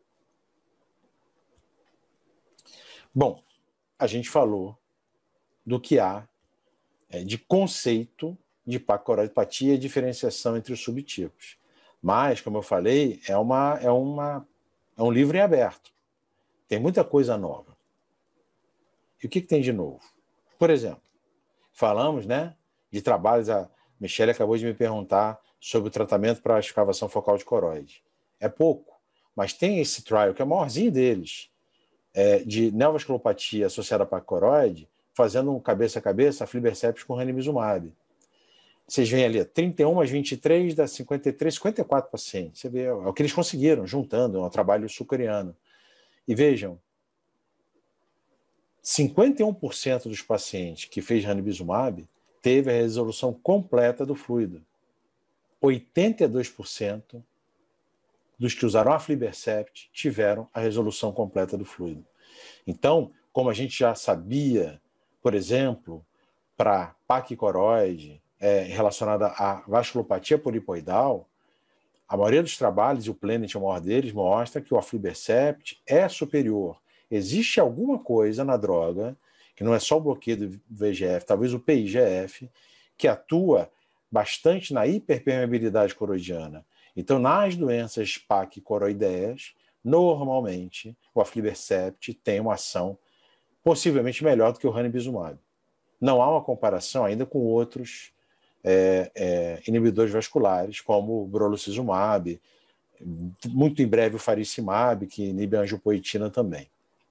Bom, a gente falou do que há é, de conceito de pacoroidopatia e diferenciação entre os subtipos. Mas, como eu falei, é, uma, é, uma, é um livro em aberto. Tem muita coisa nova. E o que, que tem de novo? Por exemplo, falamos, né, de trabalhos, a Michele acabou de me perguntar sobre o tratamento para a escavação focal de coroide. É pouco, mas tem esse trial, que é o maiorzinho deles, é, de neovasculopatia associada a pacoroide, fazendo um cabeça a cabeça, aflibercept com ranibizumab. Vocês veem ali, trinta e um mais vinte e três dá cinquenta e três, cinquenta e quatro pacientes. Você vê, é o que eles conseguiram, juntando, é um trabalho sul-coreano. E vejam, cinquenta e um por cento dos pacientes que fez ranibizumab teve a resolução completa do fluido. oitenta e dois por cento dos que usaram aflibercept tiveram a resolução completa do fluido. Então, como a gente já sabia, por exemplo, para paquicoroide, é, relacionada à vasculopatia polipoidal, a maioria dos trabalhos, e o Planet é o maior deles, mostra que o aflibercept é superior. Existe alguma coisa na droga, que não é só o bloqueio do V G F, talvez o P I G F, que atua bastante na hiperpermeabilidade coroidiana. Então, nas doenças paquicoroideias, normalmente, o aflibercept tem uma ação possivelmente melhor do que o ranibizumab. Não há uma comparação ainda com outros é, é, inibidores vasculares, como o brolucizumab, muito em breve o faricimab, que inibe a angiopoetina também.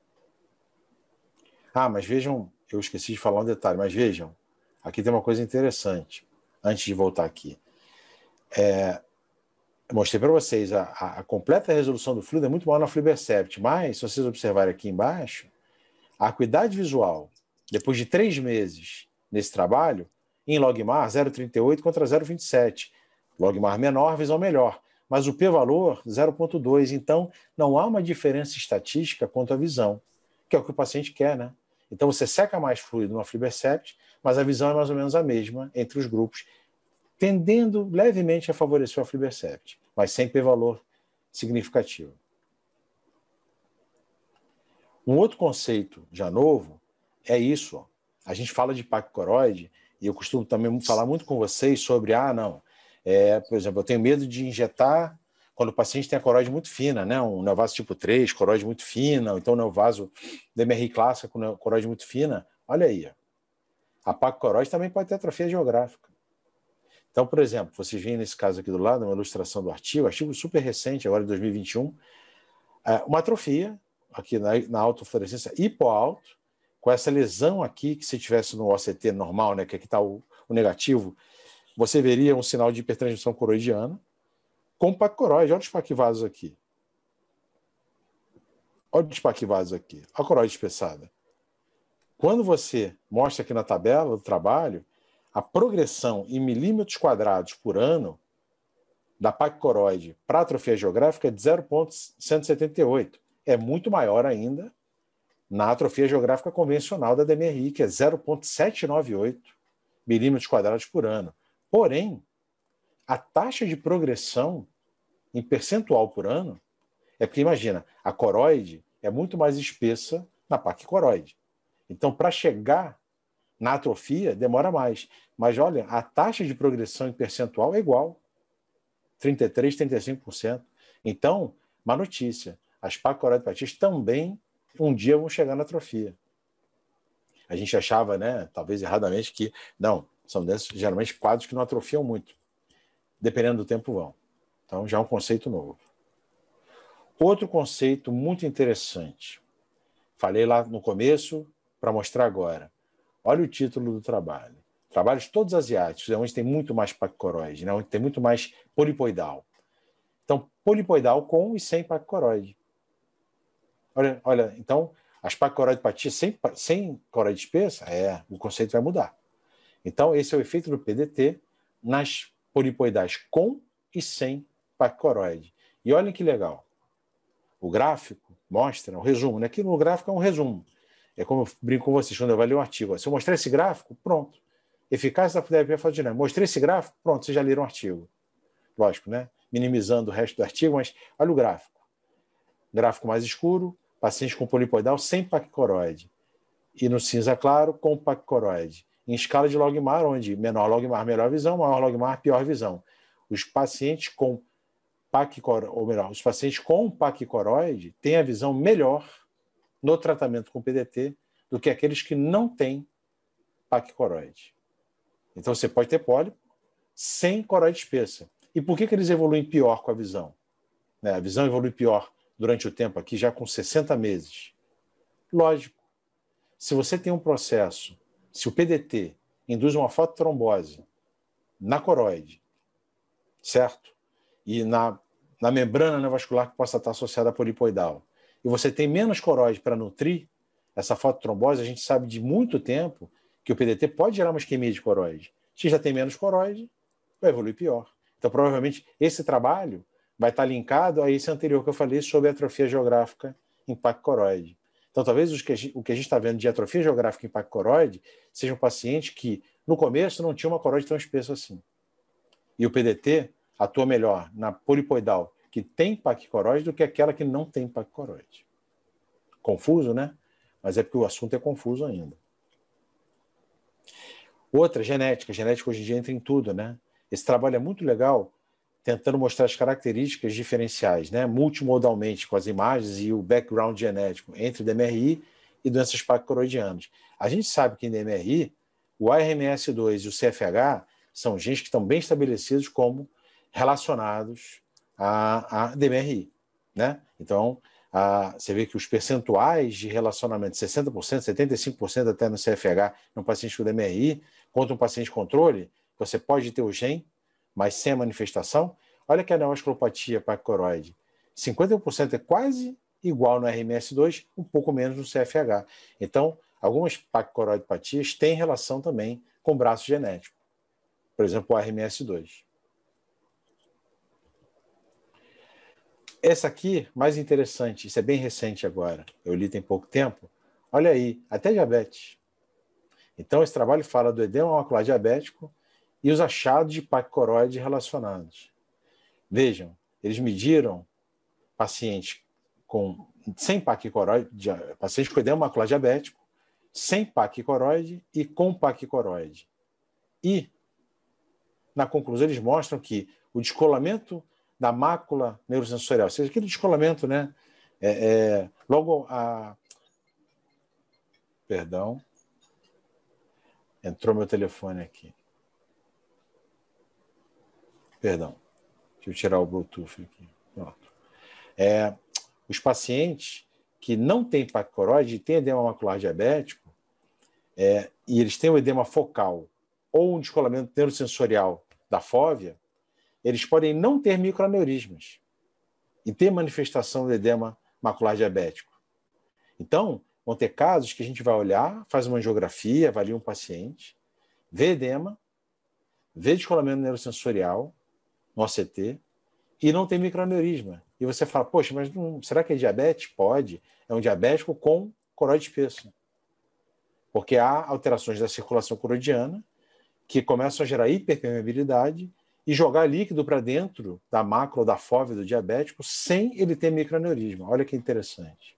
Ah, mas vejam, eu esqueci de falar um detalhe, mas vejam, aqui tem uma coisa interessante, antes de voltar aqui. É, eu mostrei para vocês, a, a, a completa resolução do fluido é muito maior no aflibercept, mas, se vocês observarem aqui embaixo, a acuidade visual, depois de três meses nesse trabalho, em logmar, zero vírgula trinta e oito contra zero vírgula vinte e sete. Logmar menor, visão melhor. Mas o p-valor, zero vírgula dois. Então, não há uma diferença estatística quanto à visão, que é o que o paciente quer, né? Então, você seca mais fluido no aflibercept, mas a visão é mais ou menos a mesma entre os grupos, tendendo levemente a favorecer o aflibercept, mas sem p-valor significativo. Um outro conceito já novo é isso. Ó. A gente fala de paquicoroide, e eu costumo também falar muito com vocês sobre, ah, não, é, por exemplo, eu tenho medo de injetar quando o paciente tem a coroide muito fina, né? Um neovaso tipo três, coroide muito fina, ou então um neovaso D M R I clássica com coroide muito fina. Olha aí, ó. A paquicoroide também pode ter atrofia geográfica. Então, por exemplo, vocês veem nesse caso aqui do lado, uma ilustração do artigo, artigo super recente, agora de dois mil e vinte e um, uma atrofia, aqui na, na autofluorescência hipoalto, com essa lesão aqui, que se tivesse no O C T normal, né, que aqui está o, o negativo, você veria um sinal de hipertransmissão coroidiana, com paquicoroide. Olha os paquivasos aqui. Olha os paquivasos aqui. Olha a coroide espessada. Quando você mostra aqui na tabela do trabalho, a progressão em milímetros quadrados por ano da paquicoroide para atrofia geográfica é de zero vírgula cento e setenta e oito. É muito maior ainda na atrofia geográfica convencional da D M R I, que é zero vírgula setecentos e noventa e oito milímetros quadrados por ano. Porém, a taxa de progressão em percentual por ano é porque, imagina, a coroide é muito mais espessa na paquicoroide. Então, para chegar na atrofia, demora mais. Mas, olha, a taxa de progressão em percentual é igual. trinta e três, trinta e cinco por cento. Então, uma notícia. As paquicoroidopatias também, um dia, vão chegar na atrofia. A gente achava, né, talvez erradamente, que, não, são desses, geralmente, quadros que não atrofiam muito. Dependendo do tempo, vão. Então, já é um conceito novo. Outro conceito muito interessante. Falei lá no começo, para mostrar agora. Olha o título do trabalho. Trabalhos todos asiáticos, é onde tem muito mais paquicoroide, né? Onde tem muito mais polipoidal. Então, polipoidal com e sem paquicoroide. Olha, olha, então, as paquicoroidopatias sem, sem coroide espessa, é, o conceito vai mudar. Então, esse é o efeito do P D T nas polipoidais com e sem paquicoroide. E olha que legal. O gráfico mostra, o resumo, né? Aqui no gráfico é um resumo. É como eu brinco com vocês quando eu avalio um artigo. Se eu mostrar esse gráfico, pronto. Eficácia da terapia fotodinâmica. Mostrei esse gráfico, pronto, vocês já leram o artigo. Lógico, né? Minimizando o resto do artigo, mas olha o gráfico. Gráfico mais escuro, pacientes com polipoidal sem paquicoroide. E no cinza claro, com paquicoroide. Em escala de logmar, onde menor logmar, melhor visão, maior logmar, pior visão. Os pacientes com paquicoroide, ou melhor, os pacientes com paquicoroide têm a visão melhor no tratamento com P D T do que aqueles que não têm paquicoroide. Então você pode ter pólipo sem coroide espessa. E por que, que eles evoluem pior com a visão? Né? A visão evolui pior durante o tempo aqui, já com sessenta meses. Lógico. Se você tem um processo, se o P D T induz uma fototrombose na coroide, certo? E na, na membrana neovascular que possa estar associada à polipoidal, e você tem menos coroide para nutrir essa fototrombose, a gente sabe de muito tempo que o P D T pode gerar uma isquemia de coroide. Se já tem menos coroide, vai evoluir pior. Então, provavelmente, esse trabalho vai estar linkado a esse anterior que eu falei sobre a atrofia geográfica em paquicoroide. Então, talvez os que a gente, o que a gente está vendo de atrofia geográfica em paquicoroide seja um paciente que, no começo, não tinha uma coroide tão espessa assim. E o P D T atua melhor na polipoidal que tem paquicoroide do que aquela que não tem paquicoroide. Confuso, né? Mas é porque o assunto é confuso ainda. Outra, genética. Genética hoje em dia entra em tudo, né? Esse trabalho é muito legal, tentando mostrar as características diferenciais, né? Multimodalmente, com as imagens e o background genético entre D M R I e doenças paquicoroidianas. A gente sabe que em D M R I, o A R M S dois e o C F H são genes que estão bem estabelecidos como relacionados a, a D M R I, né? Então, a, você vê que os percentuais de relacionamento, sessenta por cento, setenta e cinco por cento até no C F H, no paciente com D M R I, contra um paciente controle, você pode ter o gene, mas sem a manifestação. Olha que a neovasculopatia paquicoroide, cinquenta por cento é quase igual no A R M S dois, um pouco menos no C F H. Então, algumas paquicoroidopatias têm relação também com braço genético. Por exemplo, o A R M S dois. Essa aqui, mais interessante, isso é bem recente agora, eu li tem pouco tempo. Olha aí, até diabetes. Então, esse trabalho fala do edema macular diabético e os achados de paquicoroide relacionados. Vejam, eles mediram pacientes com, sem paquicoroide, pacientes com edema macular diabético, sem paquicoroide e com paquicoroide. E, na conclusão, eles mostram que o descolamento da mácula neurosensorial, ou seja, aquele descolamento, né? É, é, logo a... Perdão. Entrou meu telefone aqui. Perdão. Deixa eu tirar o Bluetooth aqui. Pronto. É, os pacientes que não têm plaque coroide e têm edema macular diabético, é, e eles têm o edema focal ou um descolamento neurosensorial da fóvea, eles podem não ter microaneurismas e ter manifestação do edema macular diabético. Então, vão ter casos que a gente vai olhar, faz uma angiografia, avalia um paciente, vê edema, vê descolamento neurosensorial no O C T e não tem microaneurisma. E você fala, poxa, mas não, será que é diabetes? Pode. É um diabético com coroide espessa. Porque há alterações da circulação coroidiana que começam a gerar hiperpermeabilidade e jogar líquido para dentro da mácula ou da fóvea do diabético sem ele ter microaneurisma. Olha que interessante.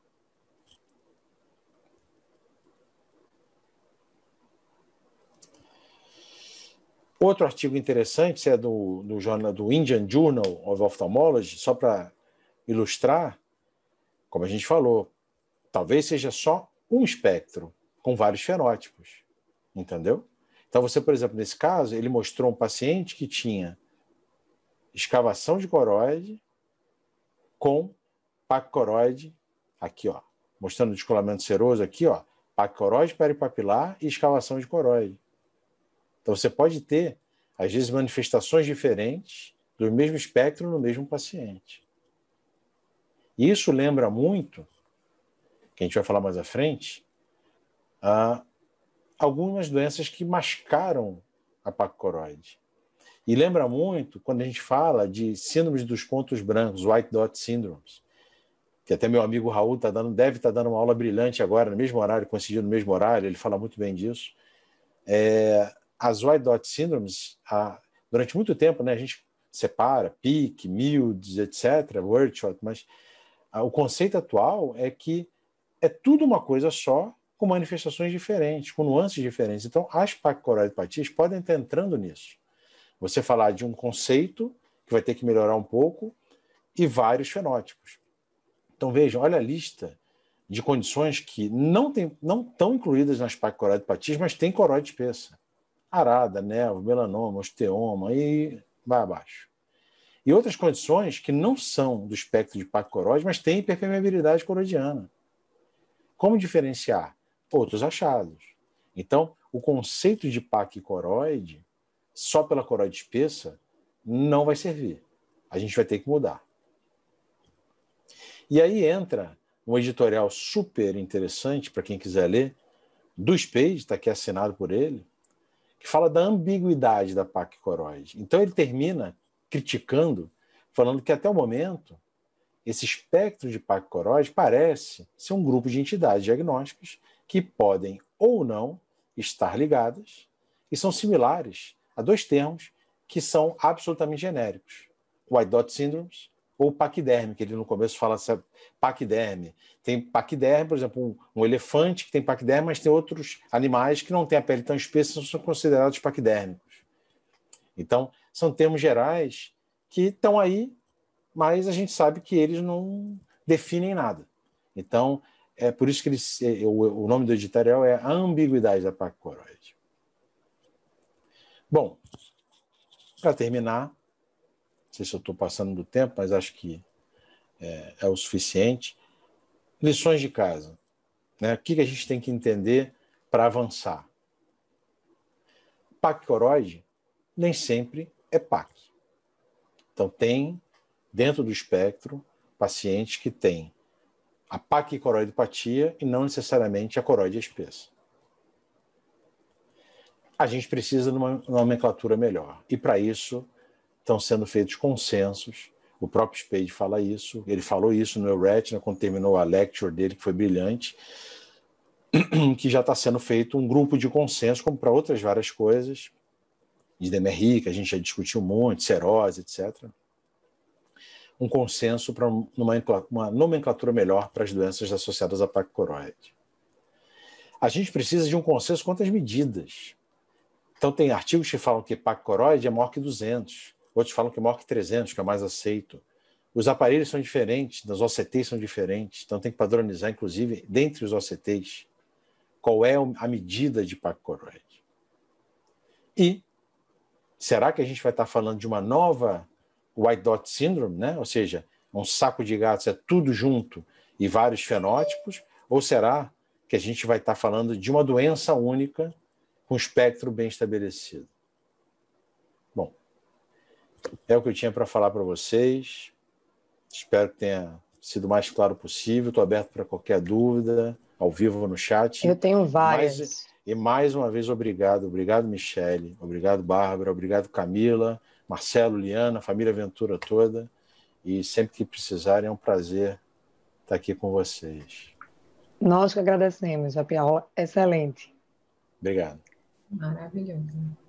Outro artigo interessante é do, do, jornal, do Indian Journal of Ophthalmology, só para ilustrar, como a gente falou, talvez seja só um espectro com vários fenótipos, entendeu? Então você, por exemplo, nesse caso, ele mostrou um paciente que tinha escavação de coroide com plaque coroide, aqui ó, mostrando o descolamento seroso aqui ó, plaque coroide peripapilar e escavação de coroide. Então você pode ter, às vezes, manifestações diferentes do mesmo espectro no mesmo paciente. E isso lembra muito, que a gente vai falar mais à frente, a algumas doenças que mascaram a plaque coroide. E lembra muito quando a gente fala de síndromes dos pontos brancos, White Dot Syndromes, que até meu amigo Raul tá dando, deve estar tá dando uma aula brilhante agora, no mesmo horário, coincidindo no mesmo horário, ele fala muito bem disso. É, as White Dot Syndromes, a, durante muito tempo, né, a gente separa P I C, M I L D S, etcétera, Birdshot, mas a, o conceito atual é que é tudo uma coisa só, com manifestações diferentes, com nuances diferentes. Então, as paquicoroidopatias podem estar entrando nisso. Você falar de um conceito que vai ter que melhorar um pouco e vários fenótipos. Então, vejam, olha a lista de condições que não, tem, não estão incluídas nas paquicoroidopatias, mas tem coroide espessa. Arada, névoa, melanoma, osteoma e vai abaixo. E outras condições que não são do espectro de paquicoroide, mas têm hiperpermeabilidade coroidiana. Como diferenciar? Outros achados. Então, o conceito de paquicoroide, só pela coroide espessa, não vai servir. A gente vai ter que mudar. E aí entra um editorial super interessante, para quem quiser ler, do Spade, está aqui assinado por ele, que fala da ambiguidade da paquicoroide. Então ele termina criticando, falando que até o momento, esse espectro de paquicoroide parece ser um grupo de entidades diagnósticas que podem ou não estar ligadas e são similares a dois termos que são absolutamente genéricos. White Dot Syndromes ou paquiderme, que ele no começo fala paquiderme. Tem paquiderme, por exemplo, um, um elefante que tem paquiderme, mas tem outros animais que não têm a pele tão espessa e são considerados paquidérmicos. Então, são termos gerais que estão aí, mas a gente sabe que eles não definem nada. Então, é por isso que eles, o, o nome do editorial é A Ambiguidade da Paquicoroide. Bom, para terminar, não sei se eu estou passando do tempo, mas acho que é, é o suficiente. Lições de casa. Né? O que, que a gente tem que entender para avançar? Paquicoroide nem sempre é P A C. Então, tem, dentro do espectro, pacientes que têm a paquicoroidopatia e não necessariamente a coroide espessa. A gente precisa de uma nomenclatura melhor. E, para isso, estão sendo feitos consensos. O próprio Spade fala isso. Ele falou isso no Euretina, quando terminou a lecture dele, que foi brilhante, que já está sendo feito um grupo de consenso, como para outras várias coisas, de D M R I, que a gente já discutiu muito, serose, etcétera. Um consenso para uma nomenclatura melhor para as doenças associadas à paquicoroide. A gente precisa de um consenso quanto às medidas. Então, tem artigos que falam que paquicoroide é maior que duzentos, outros falam que é maior que trezentos, que é mais aceito. Os aparelhos são diferentes, os O C Ts são diferentes, então tem que padronizar, inclusive, dentre os O C Ts, qual é a medida de paquicoroide. E, será que a gente vai estar falando de uma nova White Dot Syndrome, né? Ou seja, um saco de gatos, é tudo junto e vários fenótipos? Ou será que a gente vai estar falando de uma doença única com espectro bem estabelecido? Bom, é o que eu tinha para falar para vocês. Espero que tenha sido o mais claro possível. Estou aberto para qualquer dúvida, ao vivo no chat. Eu tenho várias. Mais, e mais uma vez, obrigado. Obrigado, Michele. Obrigado, Bárbara. Obrigado, Camila, Marcelo, Liana, família Ventura toda. E sempre que precisarem, é um prazer estar aqui com vocês. Nós que agradecemos, Japi. Excelente. Obrigado. Maravilhoso.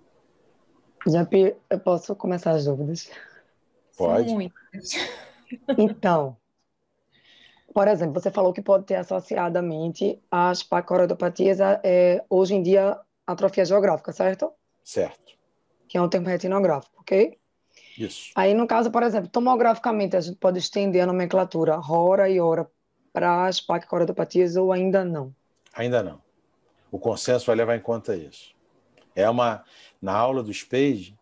Japi, eu posso começar as dúvidas? Pode. São muitas. Então, por exemplo, você falou que pode ter associadamente as pacorodopatias, é, hoje em dia, atrofia geográfica, certo? Certo. Que é um termo retinográfico, ok? Isso. Aí, no caso, por exemplo, tomograficamente, a gente pode estender a nomenclatura RORA e ORA para as pacorodopatias ou ainda não? Ainda não. O consenso vai levar em conta isso. É uma, na aula do SPADE,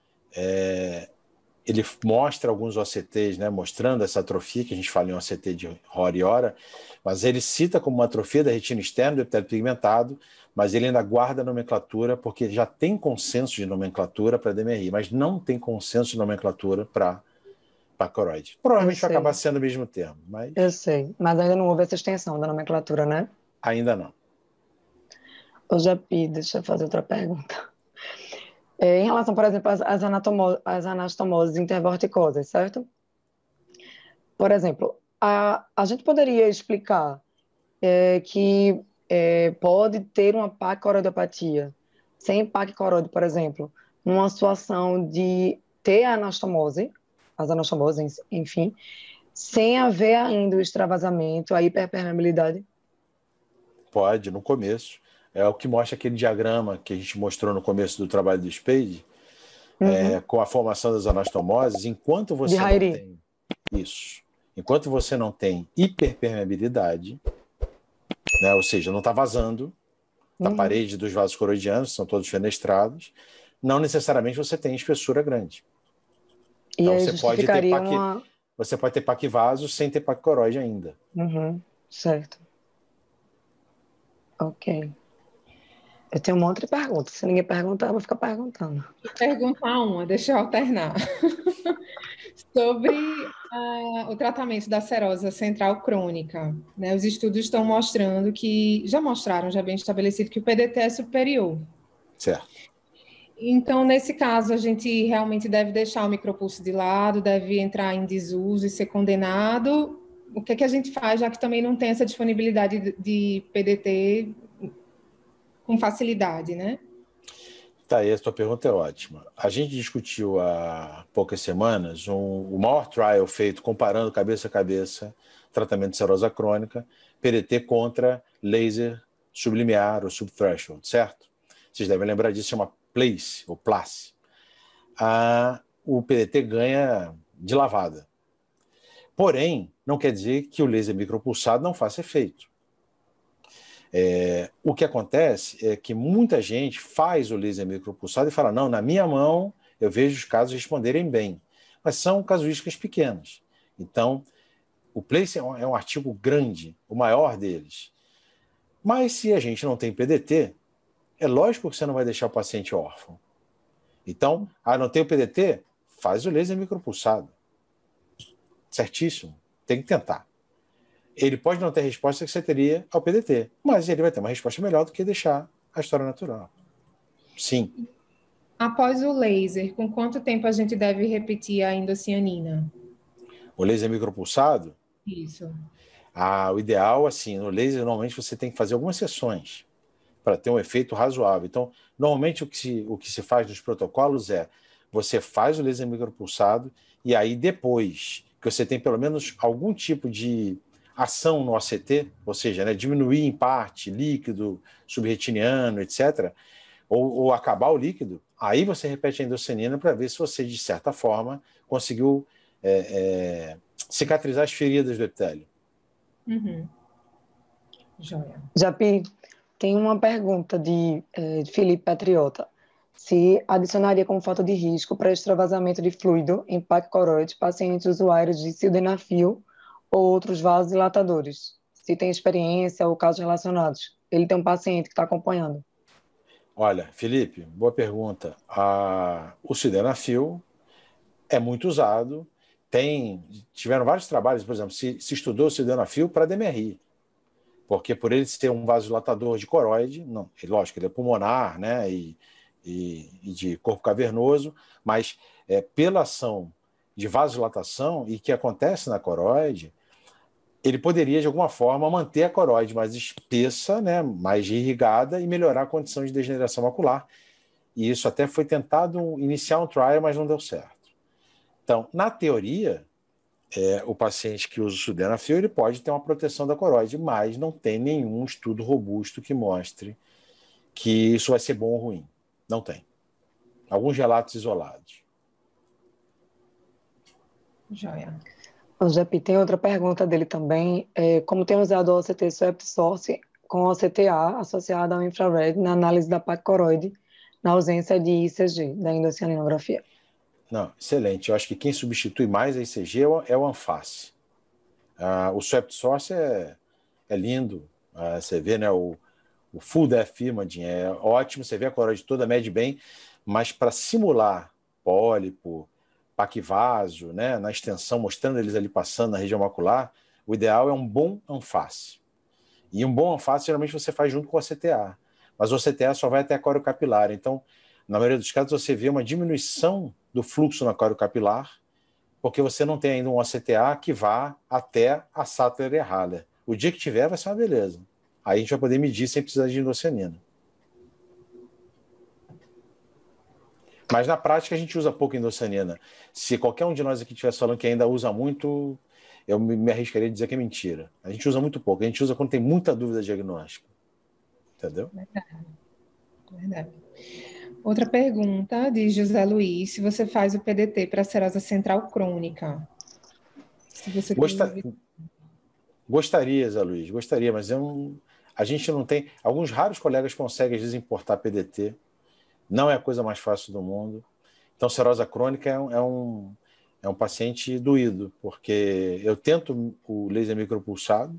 é, ele mostra alguns O C Ts, né, mostrando essa atrofia, que a gente fala em O C T de RORA e ORA, mas ele cita como uma atrofia da retina externa do epitélio pigmentado, mas ele ainda guarda a nomenclatura, porque já tem consenso de nomenclatura para D M R I, mas não tem consenso de nomenclatura para pacoróide. Provavelmente vai acabar sendo o mesmo termo, mas... Eu sei, mas ainda não houve essa extensão da nomenclatura, né? Ainda não. Eu já pedi, deixa eu fazer outra pergunta. É, em relação, por exemplo, às, às, anatomo, às anastomoses intervorticosas, certo? Por exemplo, a, a gente poderia explicar é, que é, pode ter uma paquoroidopatia sem paquicoroide, por exemplo, numa situação de ter a anastomose, as anastomoses, enfim, sem haver ainda o extravasamento, a hiperpermeabilidade? Pode, no começo. É o que mostra aquele diagrama que a gente mostrou no começo do trabalho do SPADE, uhum. é, com a formação das anastomoses. Enquanto você não tem isso, enquanto você não tem hiperpermeabilidade, né, ou seja, não está vazando da uhum. parede dos vasos coroidianos, são todos fenestrados, não necessariamente você tem espessura grande. E então aí você pode ter paqui... uma... você pode ter paquivaso sem ter paquicoroide ainda. Uhum. Certo. Ok. Eu tenho um monte de perguntas. Se ninguém perguntar, eu vou ficar perguntando. Vou perguntar uma, deixa eu alternar. Sobre uh, o tratamento da serosa central crônica. Né? Os estudos estão mostrando que, já mostraram, já bem estabelecido, que o P D T é superior. Certo. Então, nesse caso, a gente realmente deve deixar o micropulso de lado, deve entrar em desuso e ser condenado. O que é que a gente faz, já que também não tem essa disponibilidade de P D T com facilidade, né? Tá, e a sua pergunta é ótima. A gente discutiu há poucas semanas um, o maior trial feito comparando cabeça a cabeça tratamento de serosa crônica, P D T contra laser sublimiar ou subthreshold, certo? Vocês devem lembrar disso, chama PLACE, ou PLACE. Ah, o P D T ganha de lavada. Porém, não quer dizer que o laser micropulsado não faça efeito. É, o que acontece é que muita gente faz o laser micropulsado e fala, não, na minha mão eu vejo os casos responderem bem. Mas são casuísticas pequenas. Então, o PLACE é um, é um artigo grande, o maior deles. Mas se a gente não tem P D T, é lógico que você não vai deixar o paciente órfão. Então, ah, não tem o P D T? Faz o laser micropulsado. Certíssimo. Tem que tentar. Ele pode não ter a resposta que você teria ao P D T, mas ele vai ter uma resposta melhor do que deixar a história natural. Sim. Após o laser, com quanto tempo a gente deve repetir a indocianina? O laser micropulsado? Isso. Ah, o ideal, assim, no laser, normalmente você tem que fazer algumas sessões para ter um efeito razoável. Então, normalmente o que se, o que se faz nos protocolos é você faz o laser micropulsado e aí depois que você tem pelo menos algum tipo de ação no O C T, ou seja, né, diminuir em parte líquido, subretiniano, etcétera, ou, ou acabar o líquido, aí você repete a endocianina para ver se você, de certa forma, conseguiu é, é, cicatrizar as feridas do epitélio. Uhum. Joia. Japi, tem uma pergunta de, é, de Felipe Patriota. se adicionaria como fator de risco para extravasamento de fluido em plaque coroide pacientes usuários de sildenafil ou outros vasodilatadores. Se tem experiência ou casos relacionados. Ele tem um paciente que está acompanhando. Olha, Felipe, boa pergunta. Ah, o sildenafil é muito usado. Tem, tiveram vários trabalhos, por exemplo, se, se estudou o sildenafil para D M R I, porque por ele ser um vasodilatador de coroide, não, lógico, ele é pulmonar, né, e, e, e de corpo cavernoso, mas é, pela ação de vasodilatação e que acontece na coroide, ele poderia, de alguma forma, manter a coroide mais espessa, né, mais irrigada e melhorar a condição de degeneração macular. E isso até foi tentado iniciar um trial, mas não deu certo. Então, na teoria, é, o paciente que usa o sildenafil ele pode ter uma proteção da coroide, mas não tem nenhum estudo robusto que mostre que isso vai ser bom ou ruim. Não tem. Alguns relatos isolados. Joia. O Jepi, tem outra pergunta dele também. É, como tem usado o O C T Swept Source com o C T A associado ao infrared na análise da plaque coroide, na ausência de I C G, da endocianografia? Não, excelente. Eu acho que quem substitui mais a I C G é o ANFAS. Ah, o Swept Source é, é lindo. Ah, você vê, né, o, o Full Depth Imaging é ótimo, você vê a coroide toda, mede bem, mas para simular pólipo, paquivaso, né, na extensão, mostrando eles ali passando na região macular, o ideal é um bom ANFAS. E um bom ANFAS, geralmente, você faz junto com o C T A. Mas o C T A só vai até a coriocapilar. Então, na maioria dos casos, você vê uma diminuição do fluxo na coriocapilar, porque você não tem ainda um O C T A que vá até a Sattler e a Haller. O dia que tiver, vai ser uma beleza. Aí a gente vai poder medir sem precisar de endocianina. Mas na prática a gente usa pouco endocianina. Se qualquer um de nós aqui estivesse falando que ainda usa muito, eu me arriscaria a dizer que é mentira. A gente usa muito pouco. A gente usa quando tem muita dúvida diagnóstica. Entendeu? Verdade. Verdade. Outra pergunta de José Luiz, se você faz o P D T para serose central crônica? Se você Gosta... tem... Gostaria, Zé Luiz, gostaria, mas eu não... a gente não tem... Alguns raros colegas conseguem, às vezes, importar P D T. Não é a coisa mais fácil do mundo. Então, serose crônica é um, é um, é um paciente doído, porque eu tento o laser micropulsado,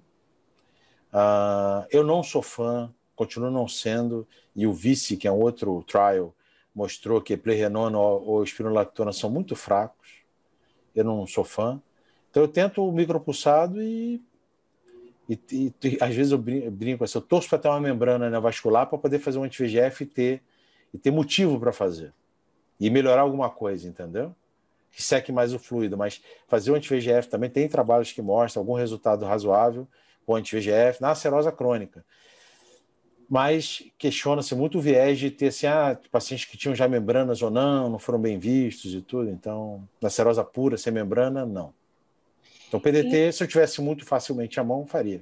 uh, eu não sou fã, continuo não sendo, e o Vice, que é um outro trial, mostrou que plerrenona ou espironolactona são muito fracos. Eu não sou fã. Então, eu tento o micropulsado e, e, e, e às vezes eu brinco assim, eu torço para ter uma membrana neovascular para poder fazer um anti-V G F e ter e ter motivo para fazer. E melhorar alguma coisa, entendeu? Que seque mais o fluido. Mas fazer o anti-V G F também tem trabalhos que mostram algum resultado razoável com anti-V G F na serose crônica. Mas questiona-se muito o viés de ter assim, ah, pacientes que tinham já membranas ou não, não foram bem vistos e tudo. Então, na serose pura, sem membrana, não. Então, P D T, e... se eu tivesse muito facilmente à mão, faria.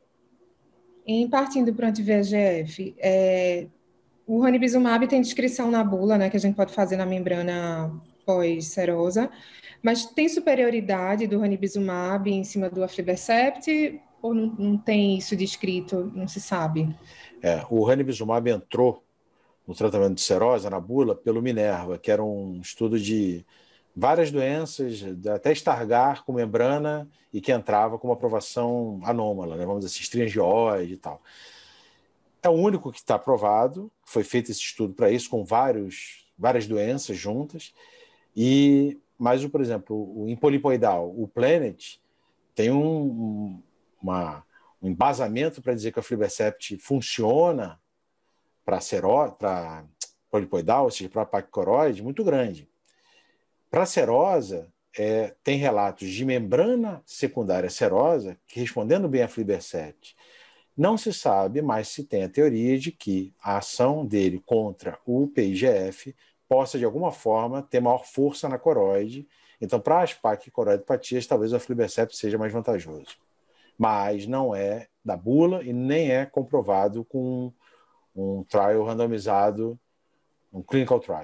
Em partindo para o anti-V G F, é... o ranibizumab tem descrição na bula, né, que a gente pode fazer na membrana pós-serosa, mas tem superioridade do ranibizumab em cima do aflibercept ou não, não tem isso descrito, não se sabe? É, o ranibizumab entrou no tratamento de serose, na bula, pelo Minerva, que era um estudo de várias doenças, até Stargardt com membrana, e que entrava com uma aprovação anômala, né, vamos dizer assim, estringioide e tal. É o único que está aprovado, foi feito esse estudo para isso, com vários, várias doenças juntas, e, mas, por exemplo, o, em polipoidal, o Planet tem um, um, uma, um embasamento para dizer que o aflibercept funciona para serose, para polipoidal, ou seja, para paquicoroide, muito grande. Para serosa, é, tem relatos de membrana secundária serosa que, respondendo bem a aflibercept, não se sabe, mas se tem a teoria de que a ação dele contra o P I G F possa, de alguma forma, ter maior força na coroide. Então, para as paquicoroidopatias, talvez o aflibercept seja mais vantajoso. Mas não é da bula e nem é comprovado com um trial randomizado, um clinical trial.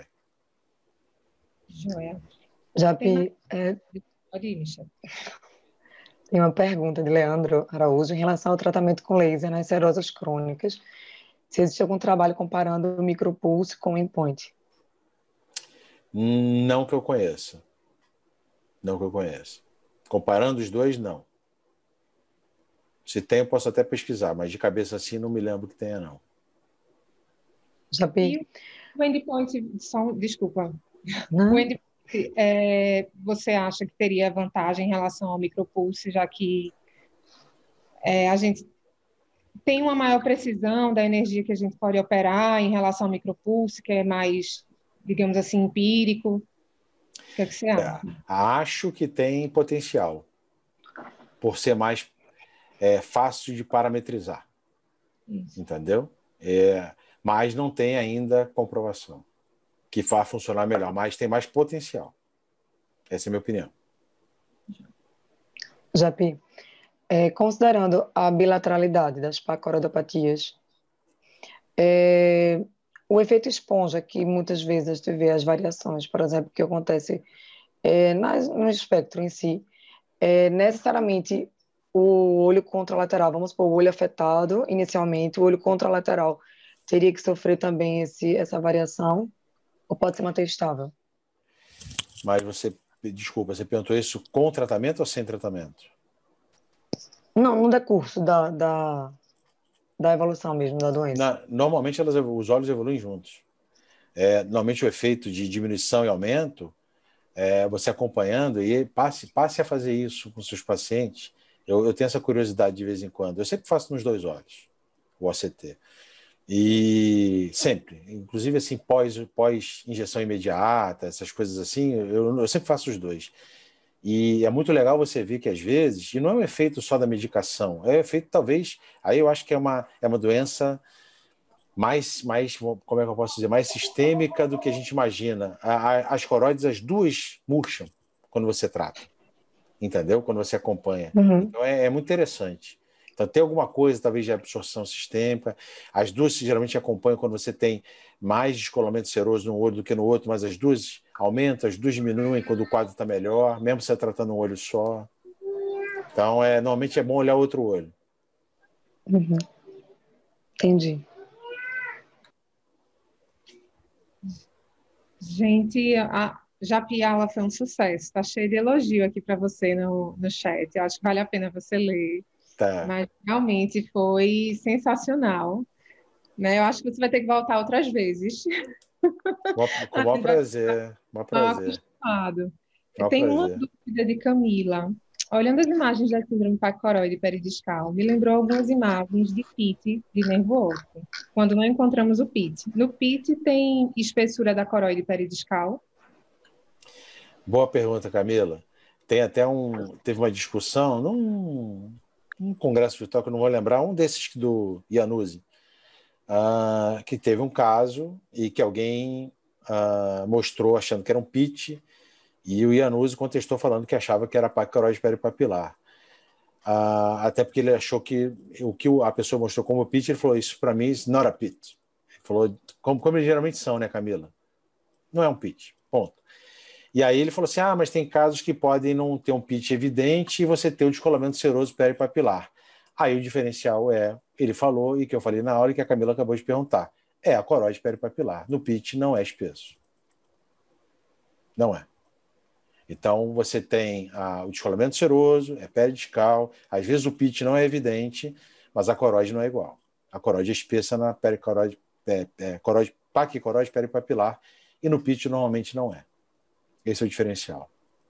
Joia. Japi, é... Pode ir, Michel. Tem uma pergunta de Leandro Araújo em relação ao tratamento com laser nas serosas crônicas. Se existe algum trabalho comparando o micropulse com o endpoint? Não que eu conheça. Não que eu conheça. Comparando os dois, não. Se tem, eu posso até pesquisar, mas de cabeça assim não me lembro que tenha, não. Japi. E o endpoint, só, desculpa, Não. o endpoint, é, você acha que teria vantagem em relação ao micropulse, já que é, a gente tem uma maior precisão da energia que a gente pode operar em relação ao micropulse, que é mais, digamos assim, empírico? O que é que você acha? É, acho que tem potencial, por ser mais é, fácil de parametrizar. Isso. Entendeu? É, mas não tem ainda comprovação que vá funcionar melhor, mas tem mais potencial. Essa é a minha opinião. Japi, é, considerando a bilateralidade das pacorodopatias, é, o efeito esponja, que muitas vezes a gente vê as variações, por exemplo, que acontece é, nas, no espectro em si, é necessariamente o olho contralateral, vamos supor, o olho afetado inicialmente, o olho contralateral teria que sofrer também esse, essa variação, ou pode se manter estável? Mas você, desculpa, você perguntou isso com tratamento ou sem tratamento? Não, no decurso da, da, da evolução mesmo da doença. Na, normalmente elas, os olhos evoluem juntos. É, normalmente o efeito de diminuição e aumento, é, você acompanhando, e passe, passe a fazer isso com seus pacientes. Eu, eu tenho essa curiosidade de vez em quando. Eu sempre faço nos dois olhos, o O C T. E sempre, inclusive assim, pós, pós injeção imediata, essas coisas assim, eu, eu sempre faço os dois. E é muito legal você ver que às vezes, e não é um efeito só da medicação, é um efeito talvez, aí eu acho que é uma, é uma doença mais, mais, como é que eu posso dizer, mais sistêmica do que a gente imagina. A, a, as coroides, as duas murcham quando você trata, entendeu? Quando você acompanha. Uhum. Então é, é muito interessante. Então tem alguma coisa, talvez, de absorção sistêmica. As duas geralmente acompanham quando você tem mais descolamento seroso num olho do que no outro, mas as duas aumentam, as duas diminuem quando o quadro está melhor, mesmo você tratando um olho só. Então, é, normalmente é bom olhar outro olho. Uhum. Entendi. Gente, a Japiala foi um sucesso. Está cheio de elogio aqui para você no, no chat. Eu acho que vale a pena você ler. Tá. Mas realmente foi sensacional. Né? Eu acho que você vai ter que voltar outras vezes. Com o maior prazer. Com o maior prazer. Acostumado. Com o Tem maior uma prazer. dúvida de Camila. Olhando as imagens da síndrome pacoroide peridiscal, me lembrou algumas imagens de P I T de nervo óptico, quando não encontramos o P I T. No P I T tem espessura da coroide peridiscal? Boa pergunta, Camila. Tem até um... Teve uma discussão num um congresso virtual que eu não vou lembrar, um desses do Iannuzzi, uh, que teve um caso e que alguém uh, mostrou achando que era um P I T e o Iannuzzi contestou falando que achava que era pacoroide peripapilar. Uh, até porque ele achou que o que a pessoa mostrou como P I T, ele falou, isso para mim is not a P I T. Ele falou, como, como eles geralmente são, né, Camila? Não é um P I T, ponto. E aí ele falou assim, ah, mas tem casos que podem não ter um P I T evidente e você ter o descolamento seroso peripapilar. Aí o diferencial é, ele falou, e que eu falei na hora, e que a Camila acabou de perguntar, é a coroide peripapilar. No P I T não é espesso. Não é. Então você tem ah, o descolamento seroso, é peridiscal, às vezes o P I T não é evidente, mas a coroide não é igual. A coroide é espessa na pericoroide, é, é, coroide, paquicoroide peripapilar, e no P I T normalmente não é. Esse é o diferencial.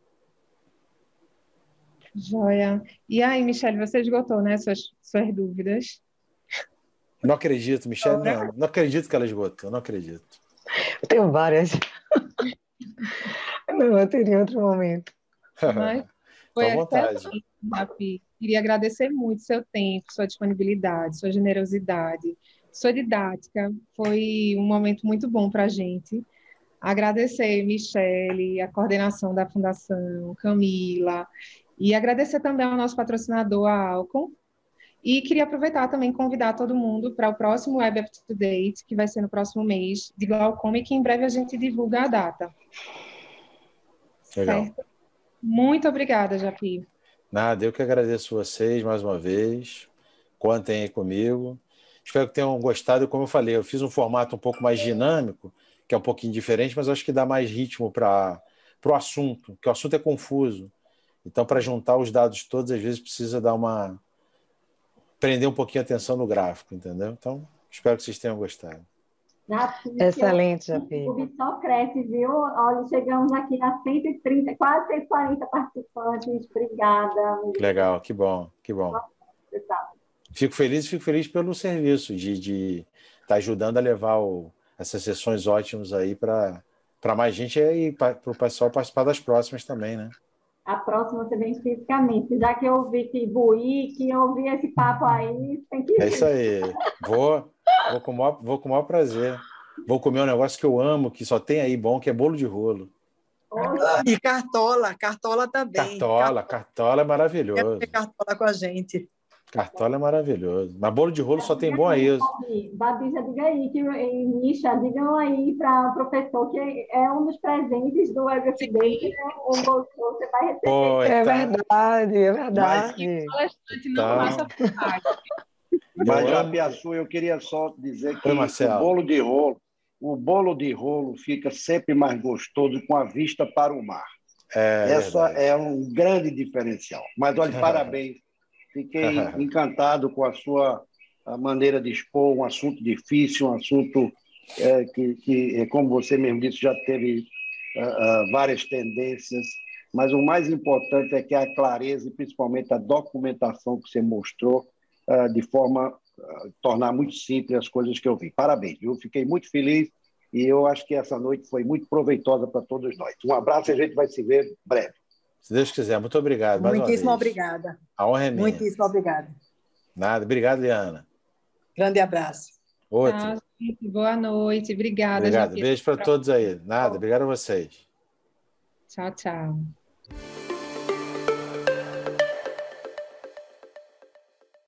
Joia. E aí, Michele, você esgotou, né, suas, suas dúvidas? Não acredito, Michele, não, não acredito que ela esgotou, não acredito. Eu tenho várias. Não, eu teria em outro momento. Mas Estou foi à vontade. excelente, Rafi. Queria agradecer muito seu tempo, sua disponibilidade, sua generosidade, sua didática. Foi um momento muito bom para a gente. Agradecer, Michele, a coordenação da Fundação, Camila, e agradecer também ao nosso patrocinador, a Alcon. E queria aproveitar também e convidar todo mundo para o próximo Web Up to Date, que vai ser no próximo mês, de glaucoma, e que em breve a gente divulga a data. Legal. Certo? Muito obrigada, Japi. Nada, eu que agradeço vocês mais uma vez. Contem aí comigo. Espero que tenham gostado. Como eu falei, eu fiz um formato um pouco mais dinâmico, que é um pouquinho diferente, mas acho que dá mais ritmo para o assunto, porque o assunto é confuso. Então, para juntar os dados todos, às vezes precisa dar uma... prender um pouquinho a atenção no gráfico, entendeu? Então, espero que vocês tenham gostado. Excelente, Japi. O vídeo só cresce, viu? Olha, chegamos aqui a cento e trinta, quase cento e quarenta participantes. Obrigada. Legal, que bom, que bom. Fico feliz, fico feliz pelo serviço de de estar ajudando a levar o, essas sessões ótimas aí para mais gente e para o pessoal participar das próximas também, né? A próxima você vem fisicamente. Já que eu vi que buí, que eu vi esse papo aí, tem que ir. É isso aí. Vou, vou, com o maior, vou com o maior prazer. Vou comer um negócio que eu amo, que só tem aí bom, que é bolo de rolo. E cartola, cartola também. Cartola, cartola é maravilhoso. Quer cartola com a gente. Cartola é maravilhoso. Mas bolo de rolo só tem bom aí. Babi, já diga aí, que em Misha, digam aí para o professor que é um dos presentes do Web Update, né? Um bolo que você vai receber. Pô, É tá. verdade, é verdade. O palestrante não Tá. passa por parte. Mas, Japiaçu, eu queria só dizer que Oi, o Marcelo. bolo de rolo, o bolo de rolo fica sempre mais gostoso com a vista para o mar. É Essa verdade. é um grande diferencial. Mas, olha, parabéns. Fiquei encantado com a sua a maneira de expor um assunto difícil, um assunto é, que, que, como você mesmo disse, já teve uh, uh, várias tendências, mas o mais importante é que a clareza e principalmente a documentação que você mostrou uh, de forma a tornar muito simples as coisas que eu vi. Parabéns, eu fiquei muito feliz e eu acho que essa noite foi muito proveitosa para todos nós. Um abraço e a gente vai se ver breve. Se Deus quiser. Muito obrigado. Mais Muitíssimo uma vez. obrigada. A honra é minha. Muitíssimo obrigada. Nada. Obrigado, Liana. Grande abraço. Outro. Tá, gente, boa noite. Obrigada, Obrigado. Japi. Beijo para todos aí. Nada. Obrigado a vocês. Tchau, tchau.